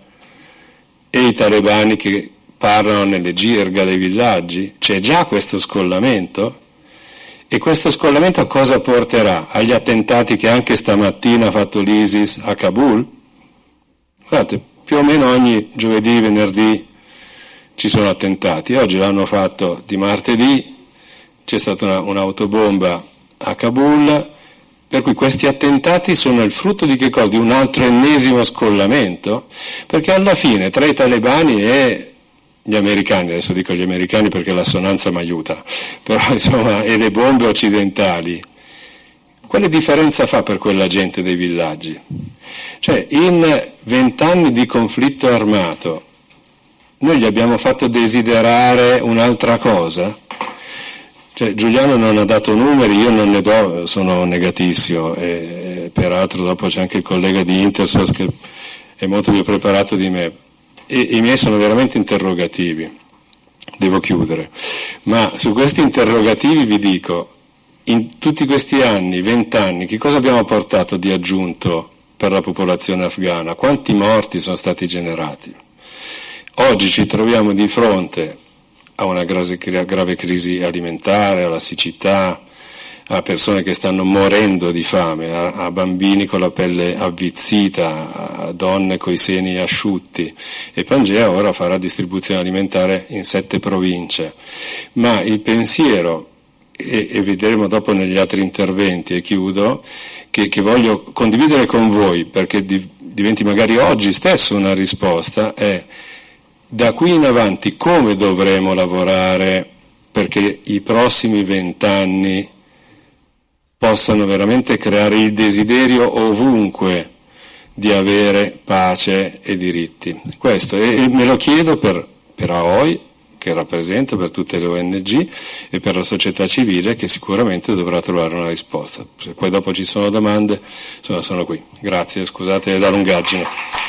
e i talebani che parlano nelle girga dei villaggi? C'è già questo scollamento? E questo scollamento a cosa porterà? Agli attentati che anche stamattina ha fatto l'ISIS a Kabul? Guardate, più o meno ogni giovedì, venerdì ci sono attentati. Oggi l'hanno fatto di martedì, c'è stata una, un'autobomba a Kabul, per cui questi attentati sono il frutto di che cosa? Di un altro ennesimo scollamento? Perché alla fine tra i talebani e gli americani, adesso dico gli americani perché l'assonanza mi aiuta, però insomma, e le bombe occidentali, quale differenza fa per quella gente dei villaggi? Cioè, in vent'anni di conflitto armato, noi gli abbiamo fatto desiderare un'altra cosa? Cioè, Giuliano non ha dato numeri, io non ne do, sono negatissimo, e, e peraltro dopo c'è anche il collega di Intersos che è molto più preparato di me, e i miei sono veramente interrogativi, devo chiudere, ma su questi interrogativi vi dico, in tutti questi anni, vent'anni, che cosa abbiamo portato di aggiunto per la popolazione afghana? Quanti morti sono stati generati? Oggi ci troviamo di fronte a una grave, grave crisi alimentare, alla siccità, a persone che stanno morendo di fame, a, a bambini con la pelle avvizzita, a donne coi seni asciutti, e Pangea ora farà distribuzione alimentare in sette province. Ma il pensiero, e, e vedremo dopo negli altri interventi, e chiudo, che, che voglio condividere con voi perché di, diventi magari oggi stesso una risposta, è: da qui in avanti come dovremo lavorare perché i prossimi vent'anni possano veramente creare il desiderio ovunque di avere pace e diritti. Questo, e me lo chiedo per, per A O I, che rappresento, per tutte le O N G e per la società civile, che sicuramente dovrà trovare una risposta. Se poi dopo ci sono domande, insomma, sono qui. Grazie, scusate la lungaggine.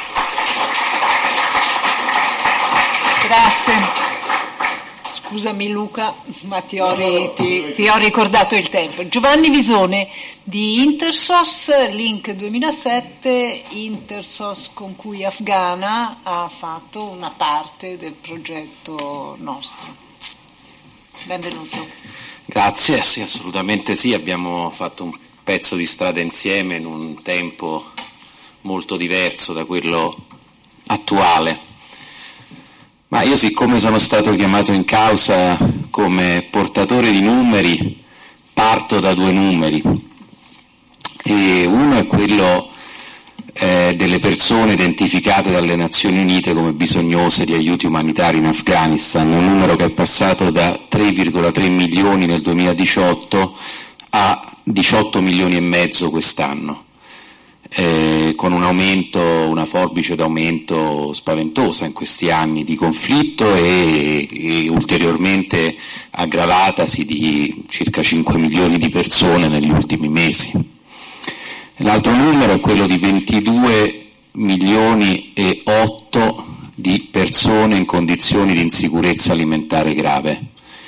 Grazie. Scusami Luca, ma ti ho, ri, ti, ti ho ricordato il tempo. Giovanni Visone di Intersos, Link duemilasette, Intersos con cui Afghana ha fatto una parte del progetto nostro. Benvenuto. Grazie, sì, assolutamente sì, abbiamo fatto un pezzo di strada insieme in un tempo molto diverso da quello attuale. Ma io, siccome sono stato chiamato in causa come portatore di numeri, parto da due numeri. E uno è quello eh, delle persone identificate dalle Nazioni Unite come bisognose di aiuti umanitari in Afghanistan, un numero che è passato da tre virgola tre milioni nel duemiladiciotto a diciotto milioni e mezzo quest'anno. Eh, con un aumento, una forbice d'aumento spaventosa in questi anni di conflitto e, e ulteriormente aggravatasi di circa cinque milioni di persone negli ultimi mesi. L'altro numero è quello di ventidue milioni e otto di persone in condizioni di insicurezza alimentare grave.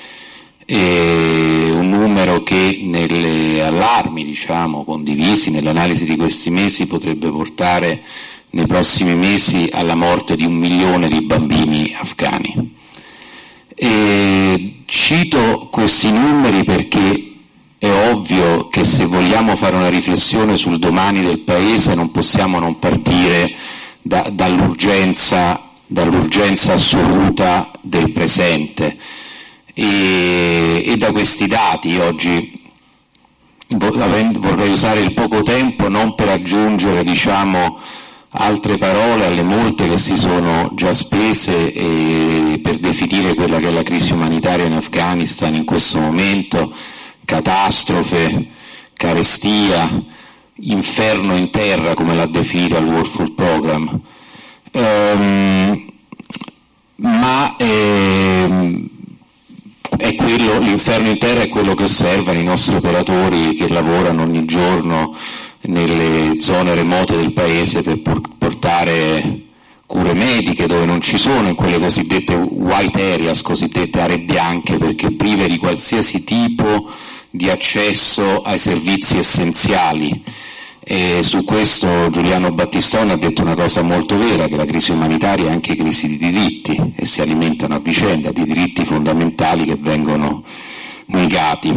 E un numero che nelle allarmi, diciamo, condivisi nell'analisi di questi mesi potrebbe portare nei prossimi mesi alla morte di un milione di bambini afghani. E cito questi numeri perché è ovvio che se vogliamo fare una riflessione sul domani del Paese non possiamo non partire da, dall'urgenza, dall'urgenza assoluta del presente e, e da questi dati. Oggi vorrei usare il poco tempo non per aggiungere, diciamo, altre parole alle molte che si sono già spese e per definire quella che è la crisi umanitaria in Afghanistan in questo momento: catastrofe, carestia, inferno in terra, come l'ha definita il World Food Programme. Ehm, ma ehm, è quello, l'inferno in terra è quello che osservano i nostri operatori che lavorano ogni giorno nelle zone remote del paese per portare cure mediche dove non ci sono, in quelle cosiddette white areas, cosiddette aree bianche, perché prive di qualsiasi tipo di accesso ai servizi essenziali. E su questo Giuliano Battistone ha detto una cosa molto vera, che la crisi umanitaria è anche crisi di diritti e si alimentano a vicenda di diritti fondamentali che vengono negati.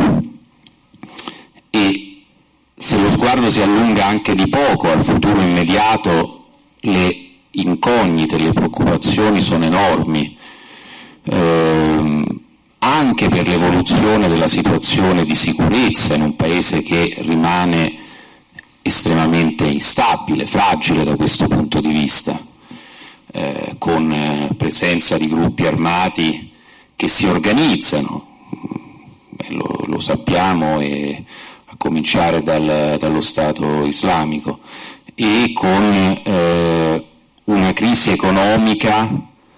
E se lo sguardo si allunga anche di poco al futuro immediato, le incognite, le preoccupazioni sono enormi, eh, anche per l'evoluzione della situazione di sicurezza in un paese che rimane estremamente instabile, fragile da questo punto di vista, eh, con eh, presenza di gruppi armati che si organizzano, eh, lo, lo sappiamo, e a cominciare dal, dallo Stato islamico, e con eh, una crisi economica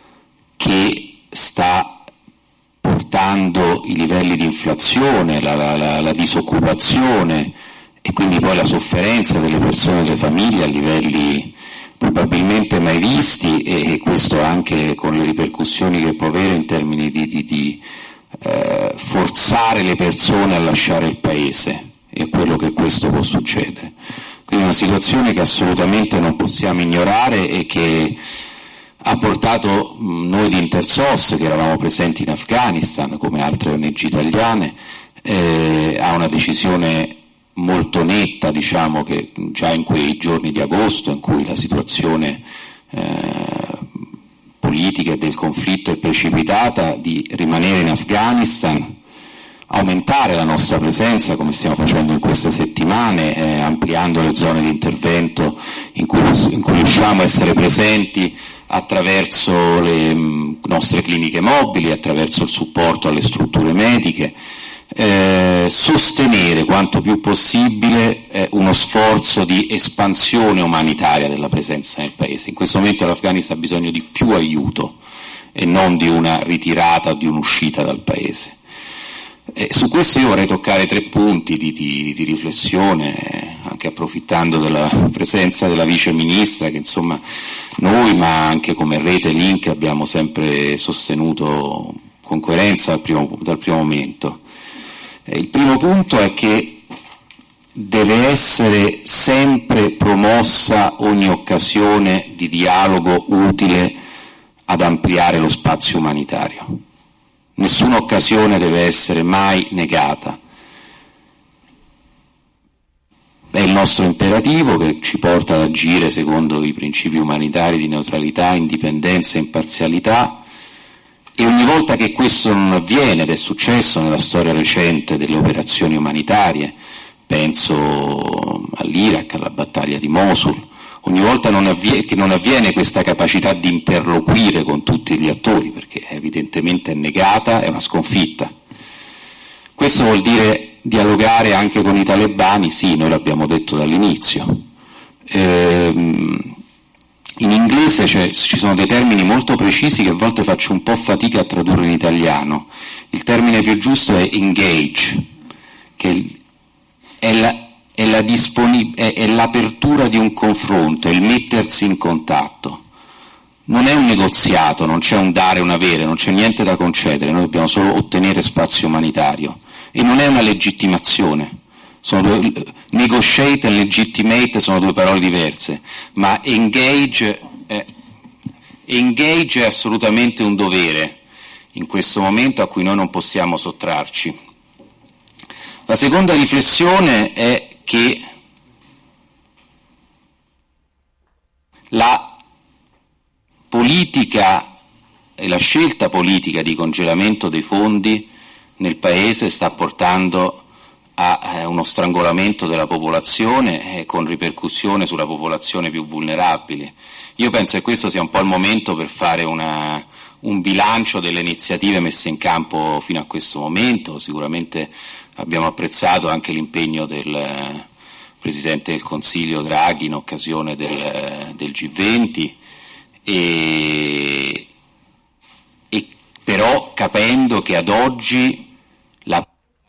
che sta portando i livelli di inflazione, la, la, la, la disoccupazione e quindi poi la sofferenza delle persone e delle famiglie a livelli probabilmente mai visti, e, e questo anche con le ripercussioni che può avere in termini di, di, di eh, forzare le persone a lasciare il paese, e quello che questo può succedere. Quindi una situazione che assolutamente non possiamo ignorare e che ha portato noi di Intersos, che eravamo presenti in Afghanistan come altre O N G italiane, eh, a una decisione molto netta, diciamo, che già in quei giorni di agosto in cui la situazione eh, politica e del conflitto è precipitata, di rimanere in Afghanistan, aumentare la nostra presenza come stiamo facendo in queste settimane, eh, ampliando le zone di intervento in cui, in cui riusciamo a essere presenti attraverso le mh, nostre cliniche mobili, attraverso il supporto alle strutture mediche, eh, sostenere quanto più possibile eh, uno sforzo di espansione umanitaria della presenza nel paese. In questo momento l'Afghanistan ha bisogno di più aiuto e non di una ritirata o di un'uscita dal paese. Eh, su questo io vorrei toccare tre punti di, di, di riflessione, eh, anche approfittando della presenza della Vice Ministra, che insomma noi, ma anche come Rete Link, abbiamo sempre sostenuto con coerenza dal primo, dal primo momento. Eh, il primo punto è che deve essere sempre promossa ogni occasione di dialogo utile ad ampliare lo spazio umanitario. Nessuna occasione deve essere mai negata. È il nostro imperativo che ci porta ad agire secondo i principi umanitari di neutralità, indipendenza e imparzialità, e ogni volta che questo non avviene, ed è successo nella storia recente delle operazioni umanitarie, penso all'Iraq, alla battaglia di Mosul, ogni volta non avviene, che non avviene questa capacità di interloquire con tutti gli attori, perché evidentemente è negata, è una sconfitta. Questo vuol dire dialogare anche con i talebani? Sì, noi l'abbiamo detto dall'inizio. Ehm, in inglese ci sono dei termini molto precisi che a volte faccio un po' fatica a tradurre in italiano. Il termine più giusto è engage, che è la È, la disponib- è, è l'apertura di un confronto, è il mettersi in contatto. Non è un negoziato, non c'è un dare e un avere, non c'è niente da concedere, noi dobbiamo solo ottenere spazio umanitario. E non è una legittimazione. Sono due, negotiate e legitimate sono due parole diverse, ma engage è, engage è assolutamente un dovere. in questo momento a cui noi non possiamo sottrarci. La seconda riflessione è che la politica e la scelta politica di congelamento dei fondi nel Paese sta portando a uno strangolamento della popolazione eh, con ripercussione sulla popolazione più vulnerabile. Io penso che questo sia un po' il momento per fare una, un bilancio delle iniziative messe in campo fino a questo momento. Sicuramente abbiamo apprezzato anche l'impegno del Presidente del Consiglio Draghi in occasione del, del G venti, e, e però capendo che ad oggi la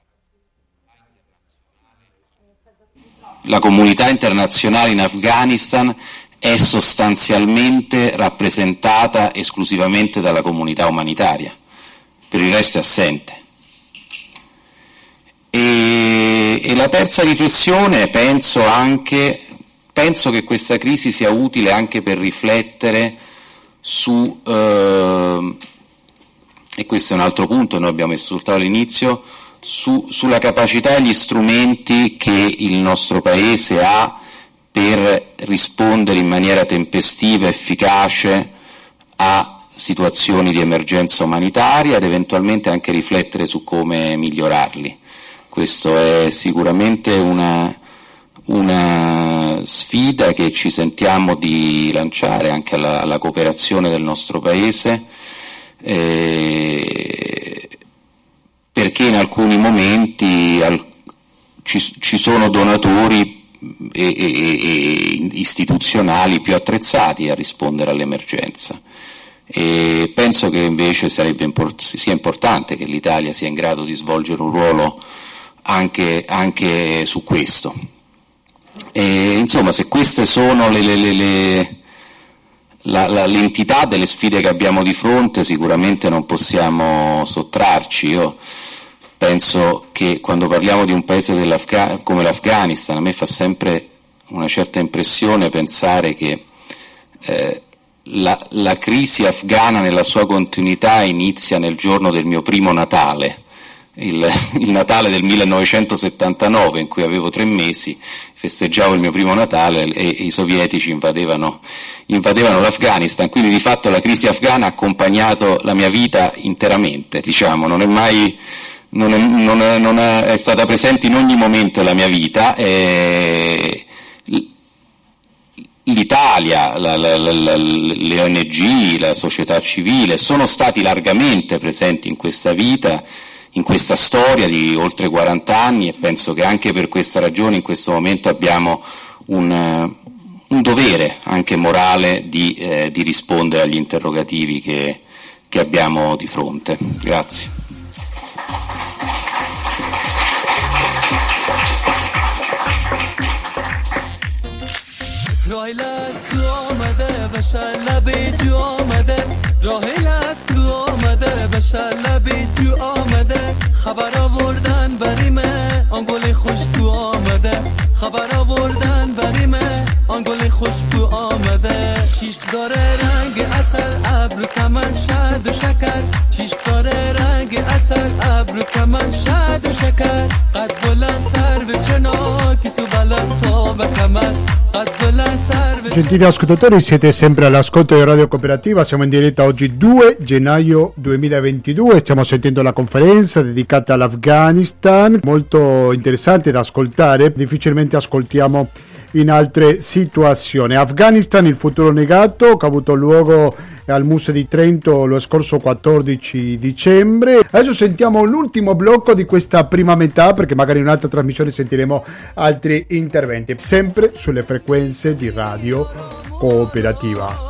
La comunità internazionale in Afghanistan è sostanzialmente rappresentata esclusivamente dalla comunità umanitaria, per il resto è assente. E, e la terza riflessione, penso anche, penso che questa crisi sia utile anche per riflettere su, eh, e questo è un altro punto, noi abbiamo messo sul tavolo all'inizio, Su, sulla capacità e gli strumenti che il nostro Paese ha per rispondere in maniera tempestiva, efficace a situazioni di emergenza umanitaria ed eventualmente anche riflettere su come migliorarli. Questo è sicuramente una, una sfida che ci sentiamo di lanciare anche alla, alla cooperazione del nostro Paese, eh, perché in alcuni momenti al, ci, ci sono donatori e, e, e istituzionali più attrezzati a rispondere all'emergenza, e penso che invece sarebbe import- sia importante che l'Italia sia in grado di svolgere un ruolo anche, anche su questo. E, insomma, se queste sono le, le, le, le La, la, l'entità delle sfide che abbiamo di fronte, sicuramente non possiamo sottrarci. Io penso che quando parliamo di un paese dell'Afga- come l'Afghanistan, a me fa sempre una certa impressione pensare che eh, la, la crisi afghana nella sua continuità inizia nel giorno del mio primo Natale, il, il Natale del millenovecentosettantanove, in cui avevo tre mesi, festeggiavo il mio primo Natale e, e i sovietici invadevano, invadevano l'Afghanistan, quindi di fatto la crisi afghana ha accompagnato la mia vita interamente, diciamo, non è mai, non è, non è, non è, è stata presente in ogni momento della mia vita. E l'Italia, la, la, la, la, le O N G, la società civile sono stati largamente presenti in questa vita, in questa storia di oltre quaranta anni, e penso che anche per questa ragione in questo momento abbiamo un, un dovere anche morale di, eh, di rispondere agli interrogativi che, che abbiamo di fronte. Grazie. راهی است تو آمده بشه لبی تو آمده خبر آوردن بریمه آن گل خوش تو آمده خبر آوردن بریمه آن گل خوش تو آمده چشم داره رنگ اصل ابر کمن شد و شکر چشم داره رنگ اصل ابر کمن شد و شکر قد بلند سر به چناکی سو بلند تا به کمر قد بلند سر. Gentili ascoltatori, siete sempre all'ascolto di Radio Cooperativa, siamo in diretta oggi due gennaio duemilaventidue, stiamo sentendo la conferenza dedicata all'Afghanistan, molto interessante da ascoltare, difficilmente ascoltiamo in altre situazioni. Afghanistan, il futuro negato, che ha avuto luogo al Museo di Trento lo scorso quattordici dicembre. Adesso sentiamo l'ultimo blocco di questa prima metà, perché magari in un'altra trasmissione sentiremo altri interventi, sempre sulle frequenze di Radio Cooperativa.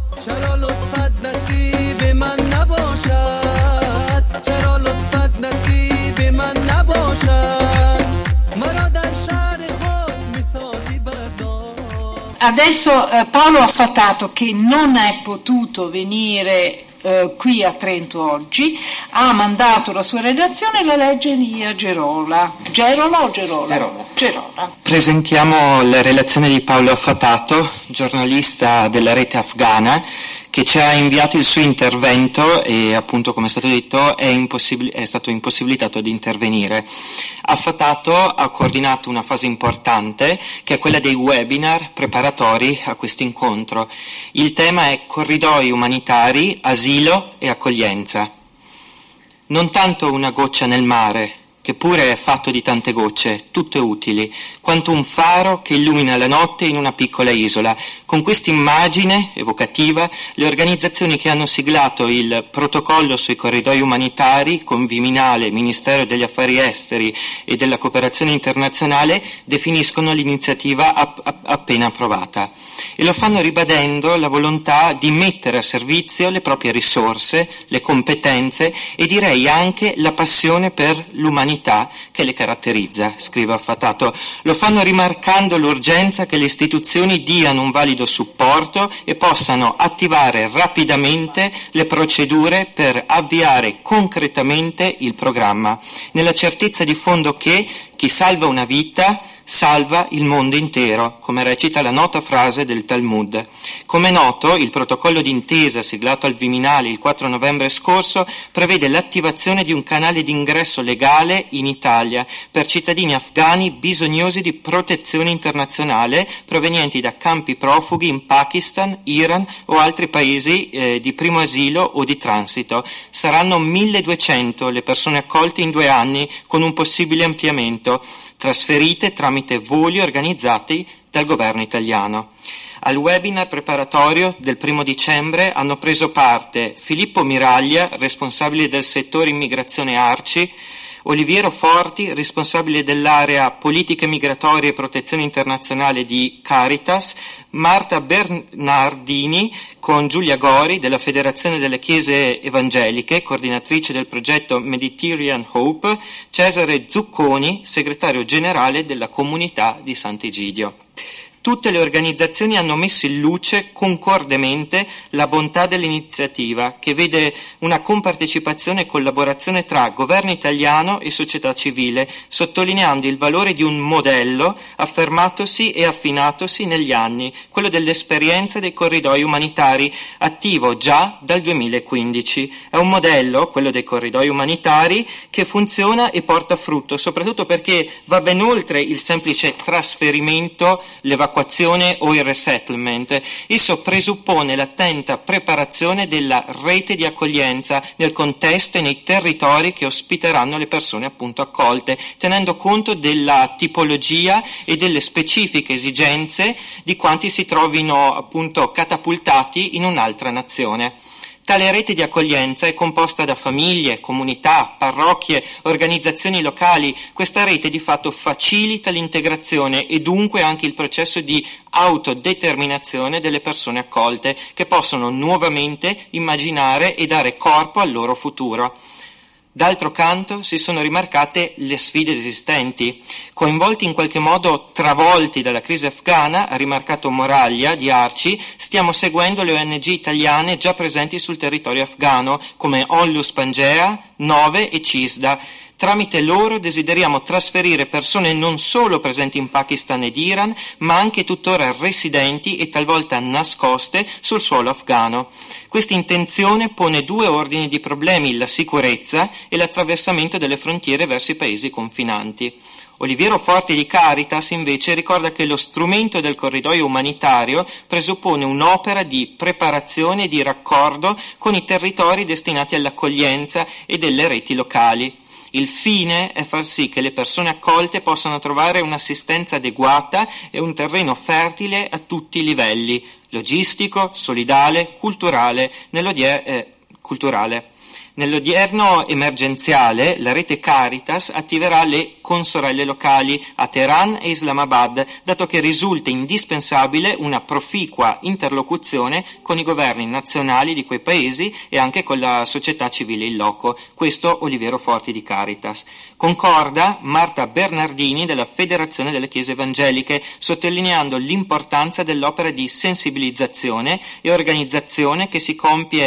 Adesso eh, Paolo Affatato, che non è potuto venire eh, qui a Trento oggi, ha mandato la sua redazione, la legge Elia Gerola. Gerola o Gerola? Gerola. Gerola. Presentiamo la relazione di Paolo Affatato, giornalista della rete afghana, che ci ha inviato il suo intervento e appunto, come è stato detto, è, impossibil- è stato impossibilitato di intervenire. Affatato ha coordinato una fase importante che è quella dei webinar preparatori a questo incontro. Il tema è corridoi umanitari, asilo e accoglienza. Non tanto una goccia nel mare, che pure è fatto di tante gocce, tutte utili, quanto un faro che illumina la notte in una piccola isola. Con questa immagine evocativa, le organizzazioni che hanno siglato il protocollo sui corridoi umanitari con Viminale, Ministero degli Affari Esteri e della Cooperazione Internazionale definiscono l'iniziativa app- app- appena approvata e lo fanno ribadendo la volontà di mettere a servizio le proprie risorse, le competenze e direi anche la passione per l'umanità che le caratterizza, scrive Affatato. Lo fanno rimarcando l'urgenza che le istituzioni diano un valido supporto e possano attivare rapidamente le procedure per avviare concretamente il programma, nella certezza di fondo che chi salva una vita salva il mondo intero, come recita la nota frase del Talmud. Come è noto, il protocollo d'intesa siglato al Viminale il quattro novembre scorso prevede l'attivazione di un canale d'ingresso legale in Italia per cittadini afghani bisognosi di protezione internazionale provenienti da campi profughi in Pakistan, Iran o altri paesi eh, di primo asilo o di transito. Saranno milleduecento le persone accolte in due anni con un possibile ampliamento, trasferite tramite voli organizzati dal governo italiano. Al webinar preparatorio del primo dicembre hanno preso parte Filippo Miraglia, responsabile del settore immigrazione ARCI, Oliviero Forti, responsabile dell'area politiche migratorie e protezione internazionale di Caritas, Marta Bernardini con Giulia Gori della Federazione delle Chiese Evangeliche, coordinatrice del progetto Mediterranean Hope, Cesare Zucconi, segretario generale della comunità di Sant'Egidio. Tutte le organizzazioni hanno messo in luce concordemente la bontà dell'iniziativa, che vede una compartecipazione e collaborazione tra governo italiano e società civile, sottolineando il valore di un modello affermatosi e affinatosi negli anni, quello dell'esperienza dei corridoi umanitari, attivo già dal duemilaquindici. È un modello, quello dei corridoi umanitari, che funziona e porta frutto, soprattutto perché va ben oltre il semplice trasferimento, l'evacuazione o il resettlement. Esso presuppone l'attenta preparazione della rete di accoglienza nel contesto e nei territori che ospiteranno le persone appunto accolte, tenendo conto della tipologia e delle specifiche esigenze di quanti si trovino appunto catapultati in un'altra nazione. Tale rete di accoglienza è composta da famiglie, comunità, parrocchie, organizzazioni locali. Questa rete di fatto facilita l'integrazione e dunque anche il processo di autodeterminazione delle persone accolte, che possono nuovamente immaginare e dare corpo al loro futuro. D'altro canto si sono rimarcate le sfide esistenti. Coinvolti in qualche modo travolti dalla crisi afghana, ha rimarcato Moraglia di Arci, stiamo seguendo le O N G italiane già presenti sul territorio afghano come Onlus Pangea, Nove e Cisda. Tramite loro desideriamo trasferire persone non solo presenti in Pakistan ed Iran, ma anche tuttora residenti e talvolta nascoste sul suolo afghano. Questa intenzione pone due ordini di problemi: la sicurezza e l'attraversamento delle frontiere verso i paesi confinanti. Oliviero Forti di Caritas invece ricorda che lo strumento del corridoio umanitario presuppone un'opera di preparazione e di raccordo con i territori destinati all'accoglienza e delle reti locali. Il fine è far sì che le persone accolte possano trovare un'assistenza adeguata e un terreno fertile a tutti i livelli: logistico, solidale, culturale, nell'odier- eh, culturale. Nell'odierno emergenziale, la rete Caritas attiverà le consorelle locali a Teheran e Islamabad, dato che risulta indispensabile una proficua interlocuzione con i governi nazionali di quei paesi e anche con la società civile in loco. Questo Oliviero Forti di Caritas. Concorda Marta Bernardini della Federazione delle Chiese Evangeliche, sottolineando l'importanza dell'opera di sensibilizzazione e organizzazione che si compie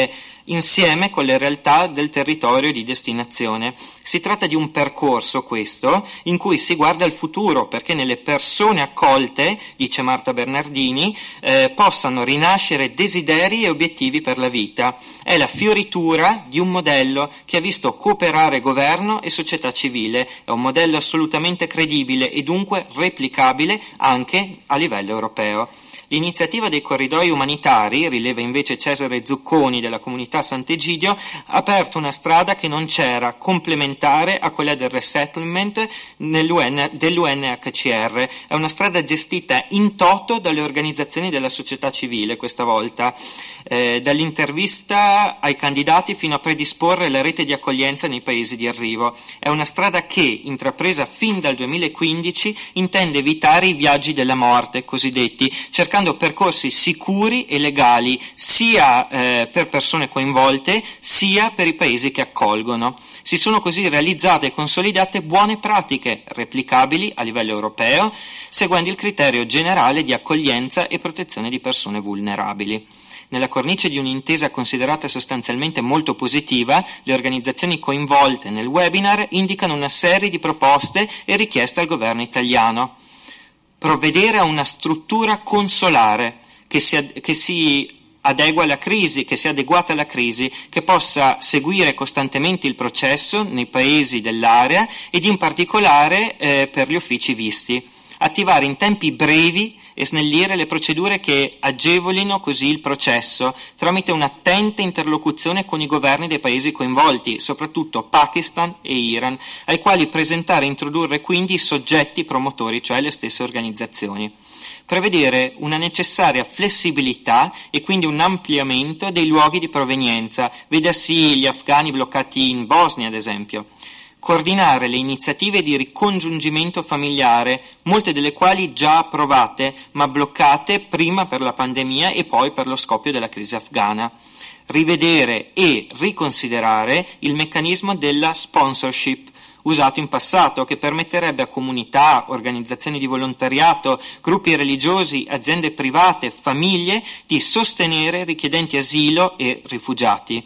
insieme con le realtà del territorio di destinazione. Si tratta di un percorso, questo, in cui si guarda al futuro, perché nelle persone accolte, dice Marta Bernardini, eh, possano rinascere desideri e obiettivi per la vita. È la fioritura di un modello che ha visto cooperare governo e società civile. È un modello assolutamente credibile e dunque replicabile anche a livello europeo. L'iniziativa dei corridoi umanitari, rileva invece Cesare Zucconi della comunità Sant'Egidio, ha aperto una strada che non c'era, complementare a quella del resettlement dell'U N H C R. È una strada gestita in toto dalle organizzazioni della società civile questa volta, eh, dall'intervista ai candidati fino a predisporre la rete di accoglienza nei paesi di arrivo. È una strada che, intrapresa fin dal duemilaquindici, intende evitare i viaggi della morte, cosiddetti, cercando percorsi sicuri e legali sia eh, per persone coinvolte sia per i paesi che accolgono. Si sono così realizzate e consolidate buone pratiche replicabili a livello europeo, seguendo il criterio generale di accoglienza e protezione di persone vulnerabili. Nella cornice di un'intesa considerata sostanzialmente molto positiva, le organizzazioni coinvolte nel webinar indicano una serie di proposte e richieste al governo italiano. Provvedere a una struttura consolare che si, che si adegua alla crisi, che sia adeguata alla crisi, che possa seguire costantemente il processo nei paesi dell'area ed in particolare eh, per gli uffici visti. Attivare in tempi brevi e snellire le procedure che agevolino così il processo tramite un'attenta interlocuzione con i governi dei paesi coinvolti, soprattutto Pakistan e Iran, ai quali presentare e introdurre quindi i soggetti promotori, cioè le stesse organizzazioni. Prevedere una necessaria flessibilità e quindi un ampliamento dei luoghi di provenienza, vedasi gli afghani bloccati in Bosnia ad esempio. Coordinare le iniziative di ricongiungimento familiare, molte delle quali già approvate, ma bloccate prima per la pandemia e poi per lo scoppio della crisi afghana. Rivedere e riconsiderare il meccanismo della sponsorship, usato in passato, che permetterebbe a comunità, organizzazioni di volontariato, gruppi religiosi, aziende private, famiglie di sostenere richiedenti asilo e rifugiati.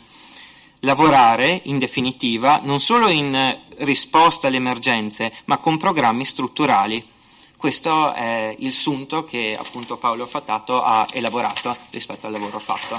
Lavorare, in definitiva, non solo in risposta alle emergenze, ma con programmi strutturali. Questo è il sunto che appunto Paolo Fatato ha elaborato rispetto al lavoro fatto.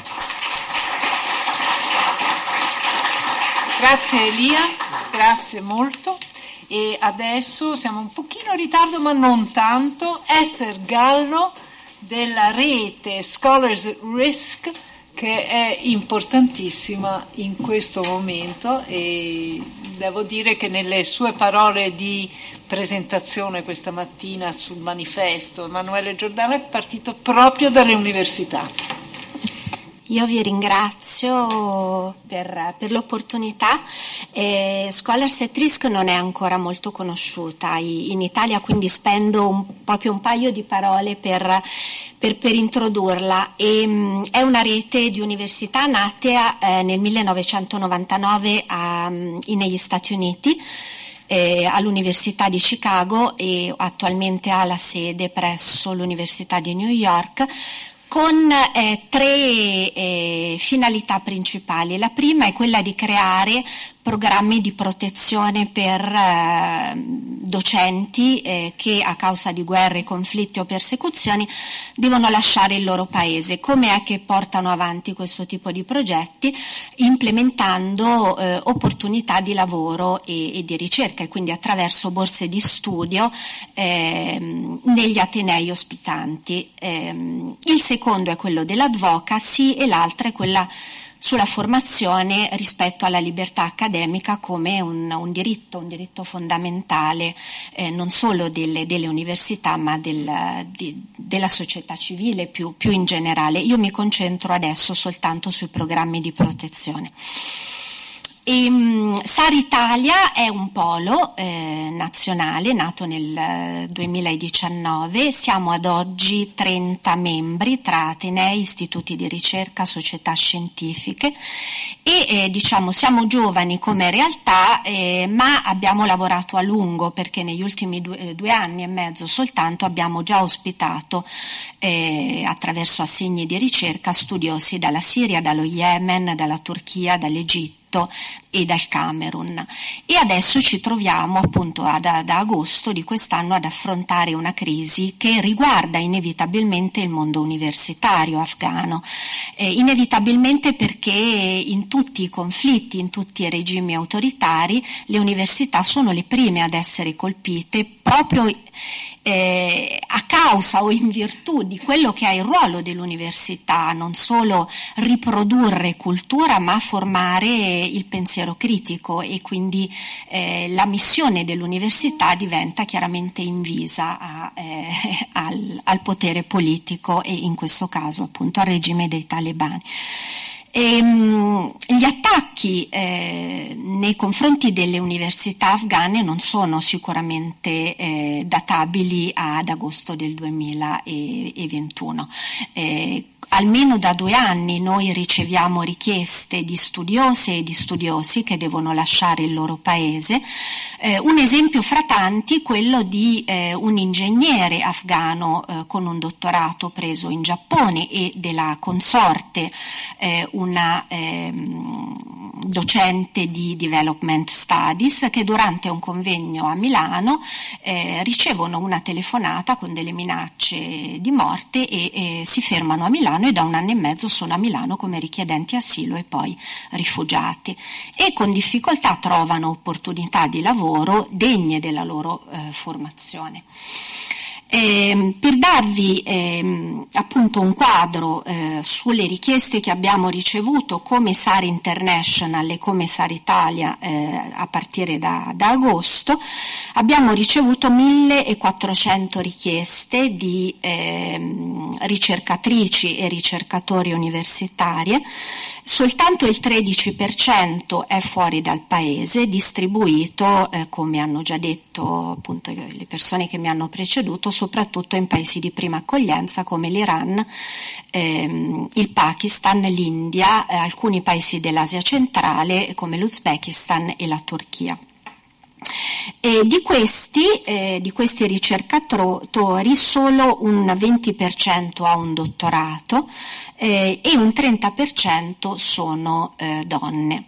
Grazie Elia, grazie molto. E adesso siamo un pochino in ritardo, ma non tanto. Esther Gallo della rete Scholars Risk, che è importantissima in questo momento, e devo dire che nelle sue parole di presentazione questa mattina sul manifesto Emanuele Giordano è partito proprio dalle università. Io vi ringrazio per, per l'opportunità. Eh, Scholars at Risk non è ancora molto conosciuta in Italia, quindi spendo un, proprio un paio di parole per, per, per introdurla. E, mh, è una rete di università nata eh, nel millenovecentonovantanove a, in, negli Stati Uniti, eh, all'Università di Chicago, e attualmente ha la sede presso l'Università di New York, con eh, tre eh, finalità principali. La prima è quella di creare programmi di protezione per eh, docenti eh, che a causa di guerre, conflitti o persecuzioni devono lasciare il loro paese. Come è che portano avanti questo tipo di progetti? Implementando eh, opportunità di lavoro e, e di ricerca, e quindi attraverso borse di studio eh, negli atenei ospitanti. Eh, il secondo è quello dell'advocacy e l'altra è quella sulla formazione rispetto alla libertà accademica come un, un diritto, un diritto fondamentale eh, non solo delle, delle università, ma del, di, della società civile più, più in generale. Io mi concentro adesso soltanto sui programmi di protezione. E, um, SAR Italia è un polo eh, nazionale nato nel eh, duemiladiciannove, siamo ad oggi trenta membri tra atenei, istituti di ricerca, società scientifiche e eh, diciamo siamo giovani come realtà eh, ma abbiamo lavorato a lungo, perché negli ultimi due, eh, due anni e mezzo soltanto abbiamo già ospitato eh, attraverso assegni di ricerca studiosi dalla Siria, dallo Yemen, dalla Turchia, dall'Egitto e dal Camerun, e adesso ci troviamo appunto ad, ad agosto di quest'anno ad affrontare una crisi che riguarda inevitabilmente il mondo universitario afghano, eh, inevitabilmente perché in tutti i conflitti, in tutti i regimi autoritari, le università sono le prime ad essere colpite proprio Eh, a causa o in virtù di quello che è il ruolo dell'università, non solo riprodurre cultura ma formare il pensiero critico, e quindi eh, la missione dell'università diventa chiaramente invisa a, eh, al, al potere politico e in questo caso appunto al regime dei talebani. E, mh, gli attacchi eh, nei confronti delle università afghane non sono sicuramente eh, databili ad agosto del duemilaventuno. Eh, almeno da due anni noi riceviamo richieste di studiose e di studiosi che devono lasciare il loro paese. Eh, un esempio fra tanti, quello di eh, un ingegnere afghano eh, con un dottorato preso in Giappone e della consorte eh, una eh, docente di Development Studies, che durante un convegno a Milano eh, ricevono una telefonata con delle minacce di morte e eh, si fermano a Milano e da un anno e mezzo sono a Milano come richiedenti asilo e poi rifugiati, e con difficoltà trovano opportunità di lavoro degne della loro eh, formazione. Eh, per darvi eh, appunto un quadro eh, sulle richieste che abbiamo ricevuto come SAR International e come SAR Italia eh, a partire da, da agosto, abbiamo ricevuto millequattrocento richieste di eh, ricercatrici e ricercatori universitarie. Soltanto il tredici per cento è fuori dal paese, distribuito, eh, come hanno già detto appunto le persone che mi hanno preceduto, soprattutto in paesi di prima accoglienza come l'Iran, ehm, il Pakistan, l'India, eh, alcuni paesi dell'Asia centrale come l'Uzbekistan e la Turchia. E di questi, eh, di questi ricercatori solo un venti per cento ha un dottorato eh, e un trenta per cento sono eh, donne.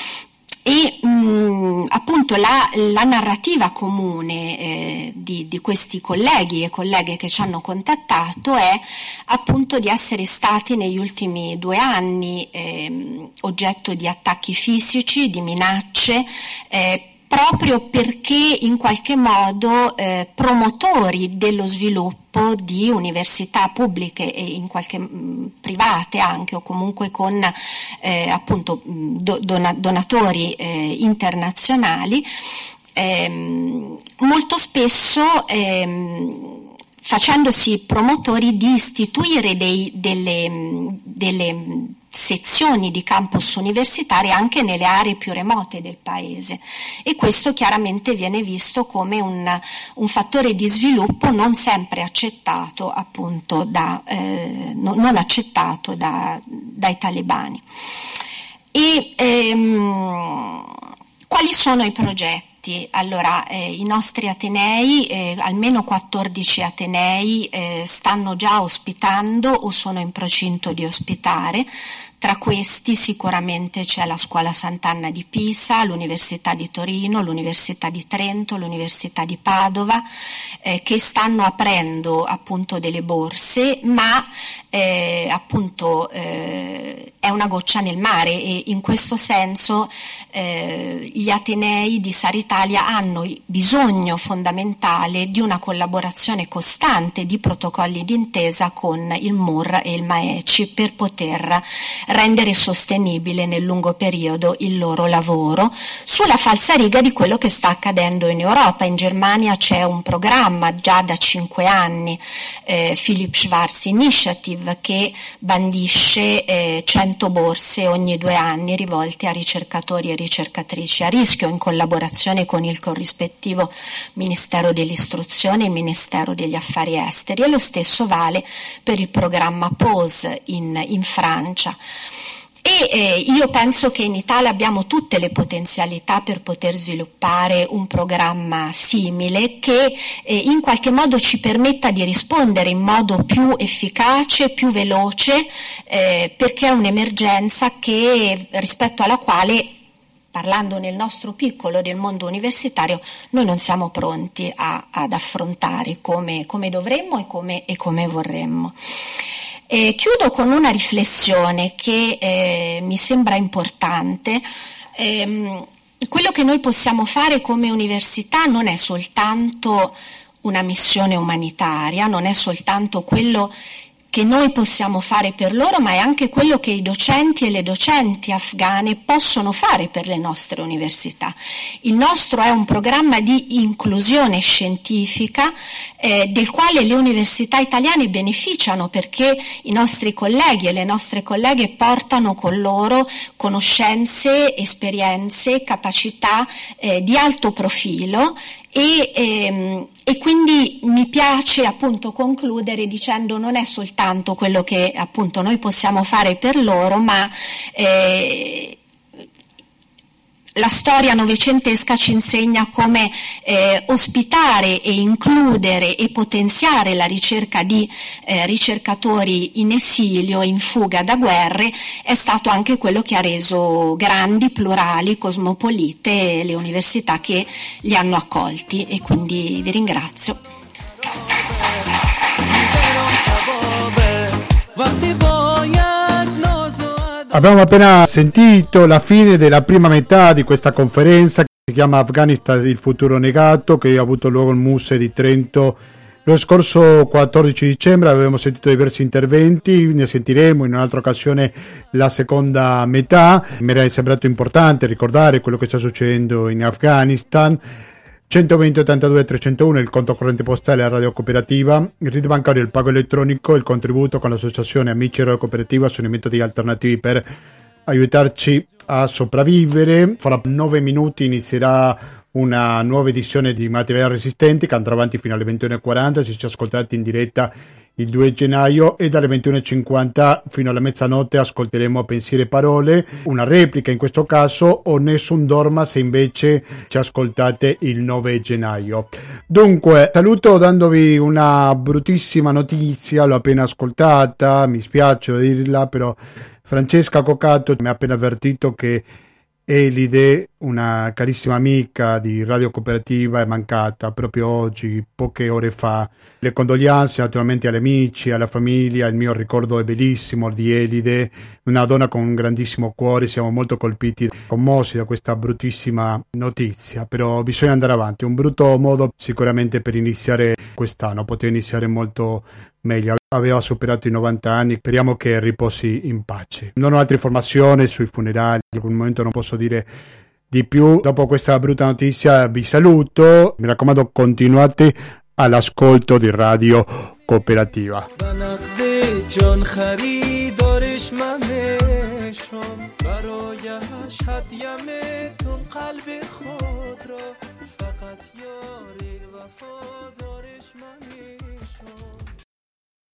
E mh, appunto la, la narrativa comune eh, di, di questi colleghi e colleghe che ci hanno contattato è appunto di essere stati negli ultimi due anni eh, oggetto di attacchi fisici, di minacce, eh, proprio perché in qualche modo eh, promotori dello sviluppo di università pubbliche e in qualche mh, private anche, o comunque con eh, appunto do, dona, donatori eh, internazionali, ehm, molto spesso ehm, facendosi promotori di istituire dei, delle, delle sezioni di campus universitari anche nelle aree più remote del paese, e questo chiaramente viene visto come un, un fattore di sviluppo non sempre accettato appunto da, eh, non accettato da, dai talebani. E ehm, quali sono i progetti? Allora, eh, i nostri atenei, eh, almeno quattordici atenei, eh, stanno già ospitando o sono in procinto di ospitare. Tra questi sicuramente c'è la Scuola Sant'Anna di Pisa, l'Università di Torino, l'Università di Trento, l'Università di Padova, eh, che stanno aprendo appunto delle borse, ma eh, appunto eh, è una goccia nel mare, e in questo senso eh, gli atenei di SAR Italia hanno bisogno fondamentale di una collaborazione costante di protocolli d'intesa con il M U R e il MAECI per poter rendere sostenibile nel lungo periodo il loro lavoro, sulla falsariga di quello che sta accadendo in Europa. In Germania c'è un programma già da cinque anni, eh, Philipp Schwarz Initiative, che bandisce eh, cento borse ogni due anni rivolte a ricercatori e ricercatrici a rischio, in collaborazione con il corrispettivo Ministero dell'Istruzione e il Ministero degli Affari Esteri, e lo stesso vale per il programma P O S in, in Francia. E eh, io penso che in Italia abbiamo tutte le potenzialità per poter sviluppare un programma simile che eh, in qualche modo ci permetta di rispondere in modo più efficace, più veloce, eh, perché è un'emergenza che, rispetto alla quale, parlando nel nostro piccolo del mondo universitario, noi non siamo pronti a, ad affrontare come, come dovremmo e come, e come vorremmo. E chiudo con una riflessione che eh, mi sembra importante. Ehm, quello che noi possiamo fare come università non è soltanto una missione umanitaria, non è soltanto quello che noi possiamo fare per loro, ma è anche quello che i docenti e le docenti afghane possono fare per le nostre università. Il nostro è un programma di inclusione scientifica eh, del quale le università italiane beneficiano, perché i nostri colleghi e le nostre colleghe portano con loro conoscenze, esperienze, capacità eh, di alto profilo. E, ehm, e quindi mi piace appunto concludere dicendo non è soltanto quello che appunto noi possiamo fare per loro, ma eh, la storia novecentesca ci insegna come eh, ospitare e includere e potenziare la ricerca di eh, ricercatori in esilio, in fuga da guerre, è stato anche quello che ha reso grandi, plurali, cosmopolite le università che li hanno accolti, e quindi vi ringrazio. Abbiamo appena sentito la fine della prima metà di questa conferenza che si chiama Afghanistan, il futuro negato, che ha avuto luogo al Muse di Trento lo scorso quattordici dicembre. Avevamo sentito diversi interventi, ne sentiremo in un'altra occasione la seconda metà. Mi era sembrato importante ricordare quello che sta succedendo in Afghanistan. centoventi ottantadue trecentouno il conto corrente postale a Radio Cooperativa, il R I D bancario, il pago elettronico, il contributo con l'associazione Amici Radio Cooperativa sono i metodi alternativi per aiutarci a sopravvivere. Fra nove minuti inizierà una nuova edizione di Materiali Resistenti che andrà avanti fino alle ventuno e quaranta, se ci ascoltate in diretta il due gennaio, e dalle ventuno e cinquanta fino alla mezzanotte ascolteremo Pensieri e Parole, una replica in questo caso, o Nessun Dorma se invece ci ascoltate il nove gennaio. Dunque saluto dandovi una bruttissima notizia, l'ho appena ascoltata, mi spiace dirla, però Francesca Coccato mi ha appena avvertito che Elide, una carissima amica di Radio Cooperativa, è mancata proprio oggi, poche ore fa. Le condoglianze naturalmente agli amici, alla famiglia, il mio ricordo è bellissimo di Elide, una donna con un grandissimo cuore. Siamo molto colpiti, commossi da questa bruttissima notizia, però bisogna andare avanti. Un brutto modo sicuramente per iniziare quest'anno, poteva iniziare molto meglio. Aveva superato i novanta anni, speriamo che riposi in pace. Non ho altre informazioni sui funerali, in quel momento non posso dire di più. Dopo questa brutta notizia vi saluto, mi raccomando continuate all'ascolto di Radio Cooperativa.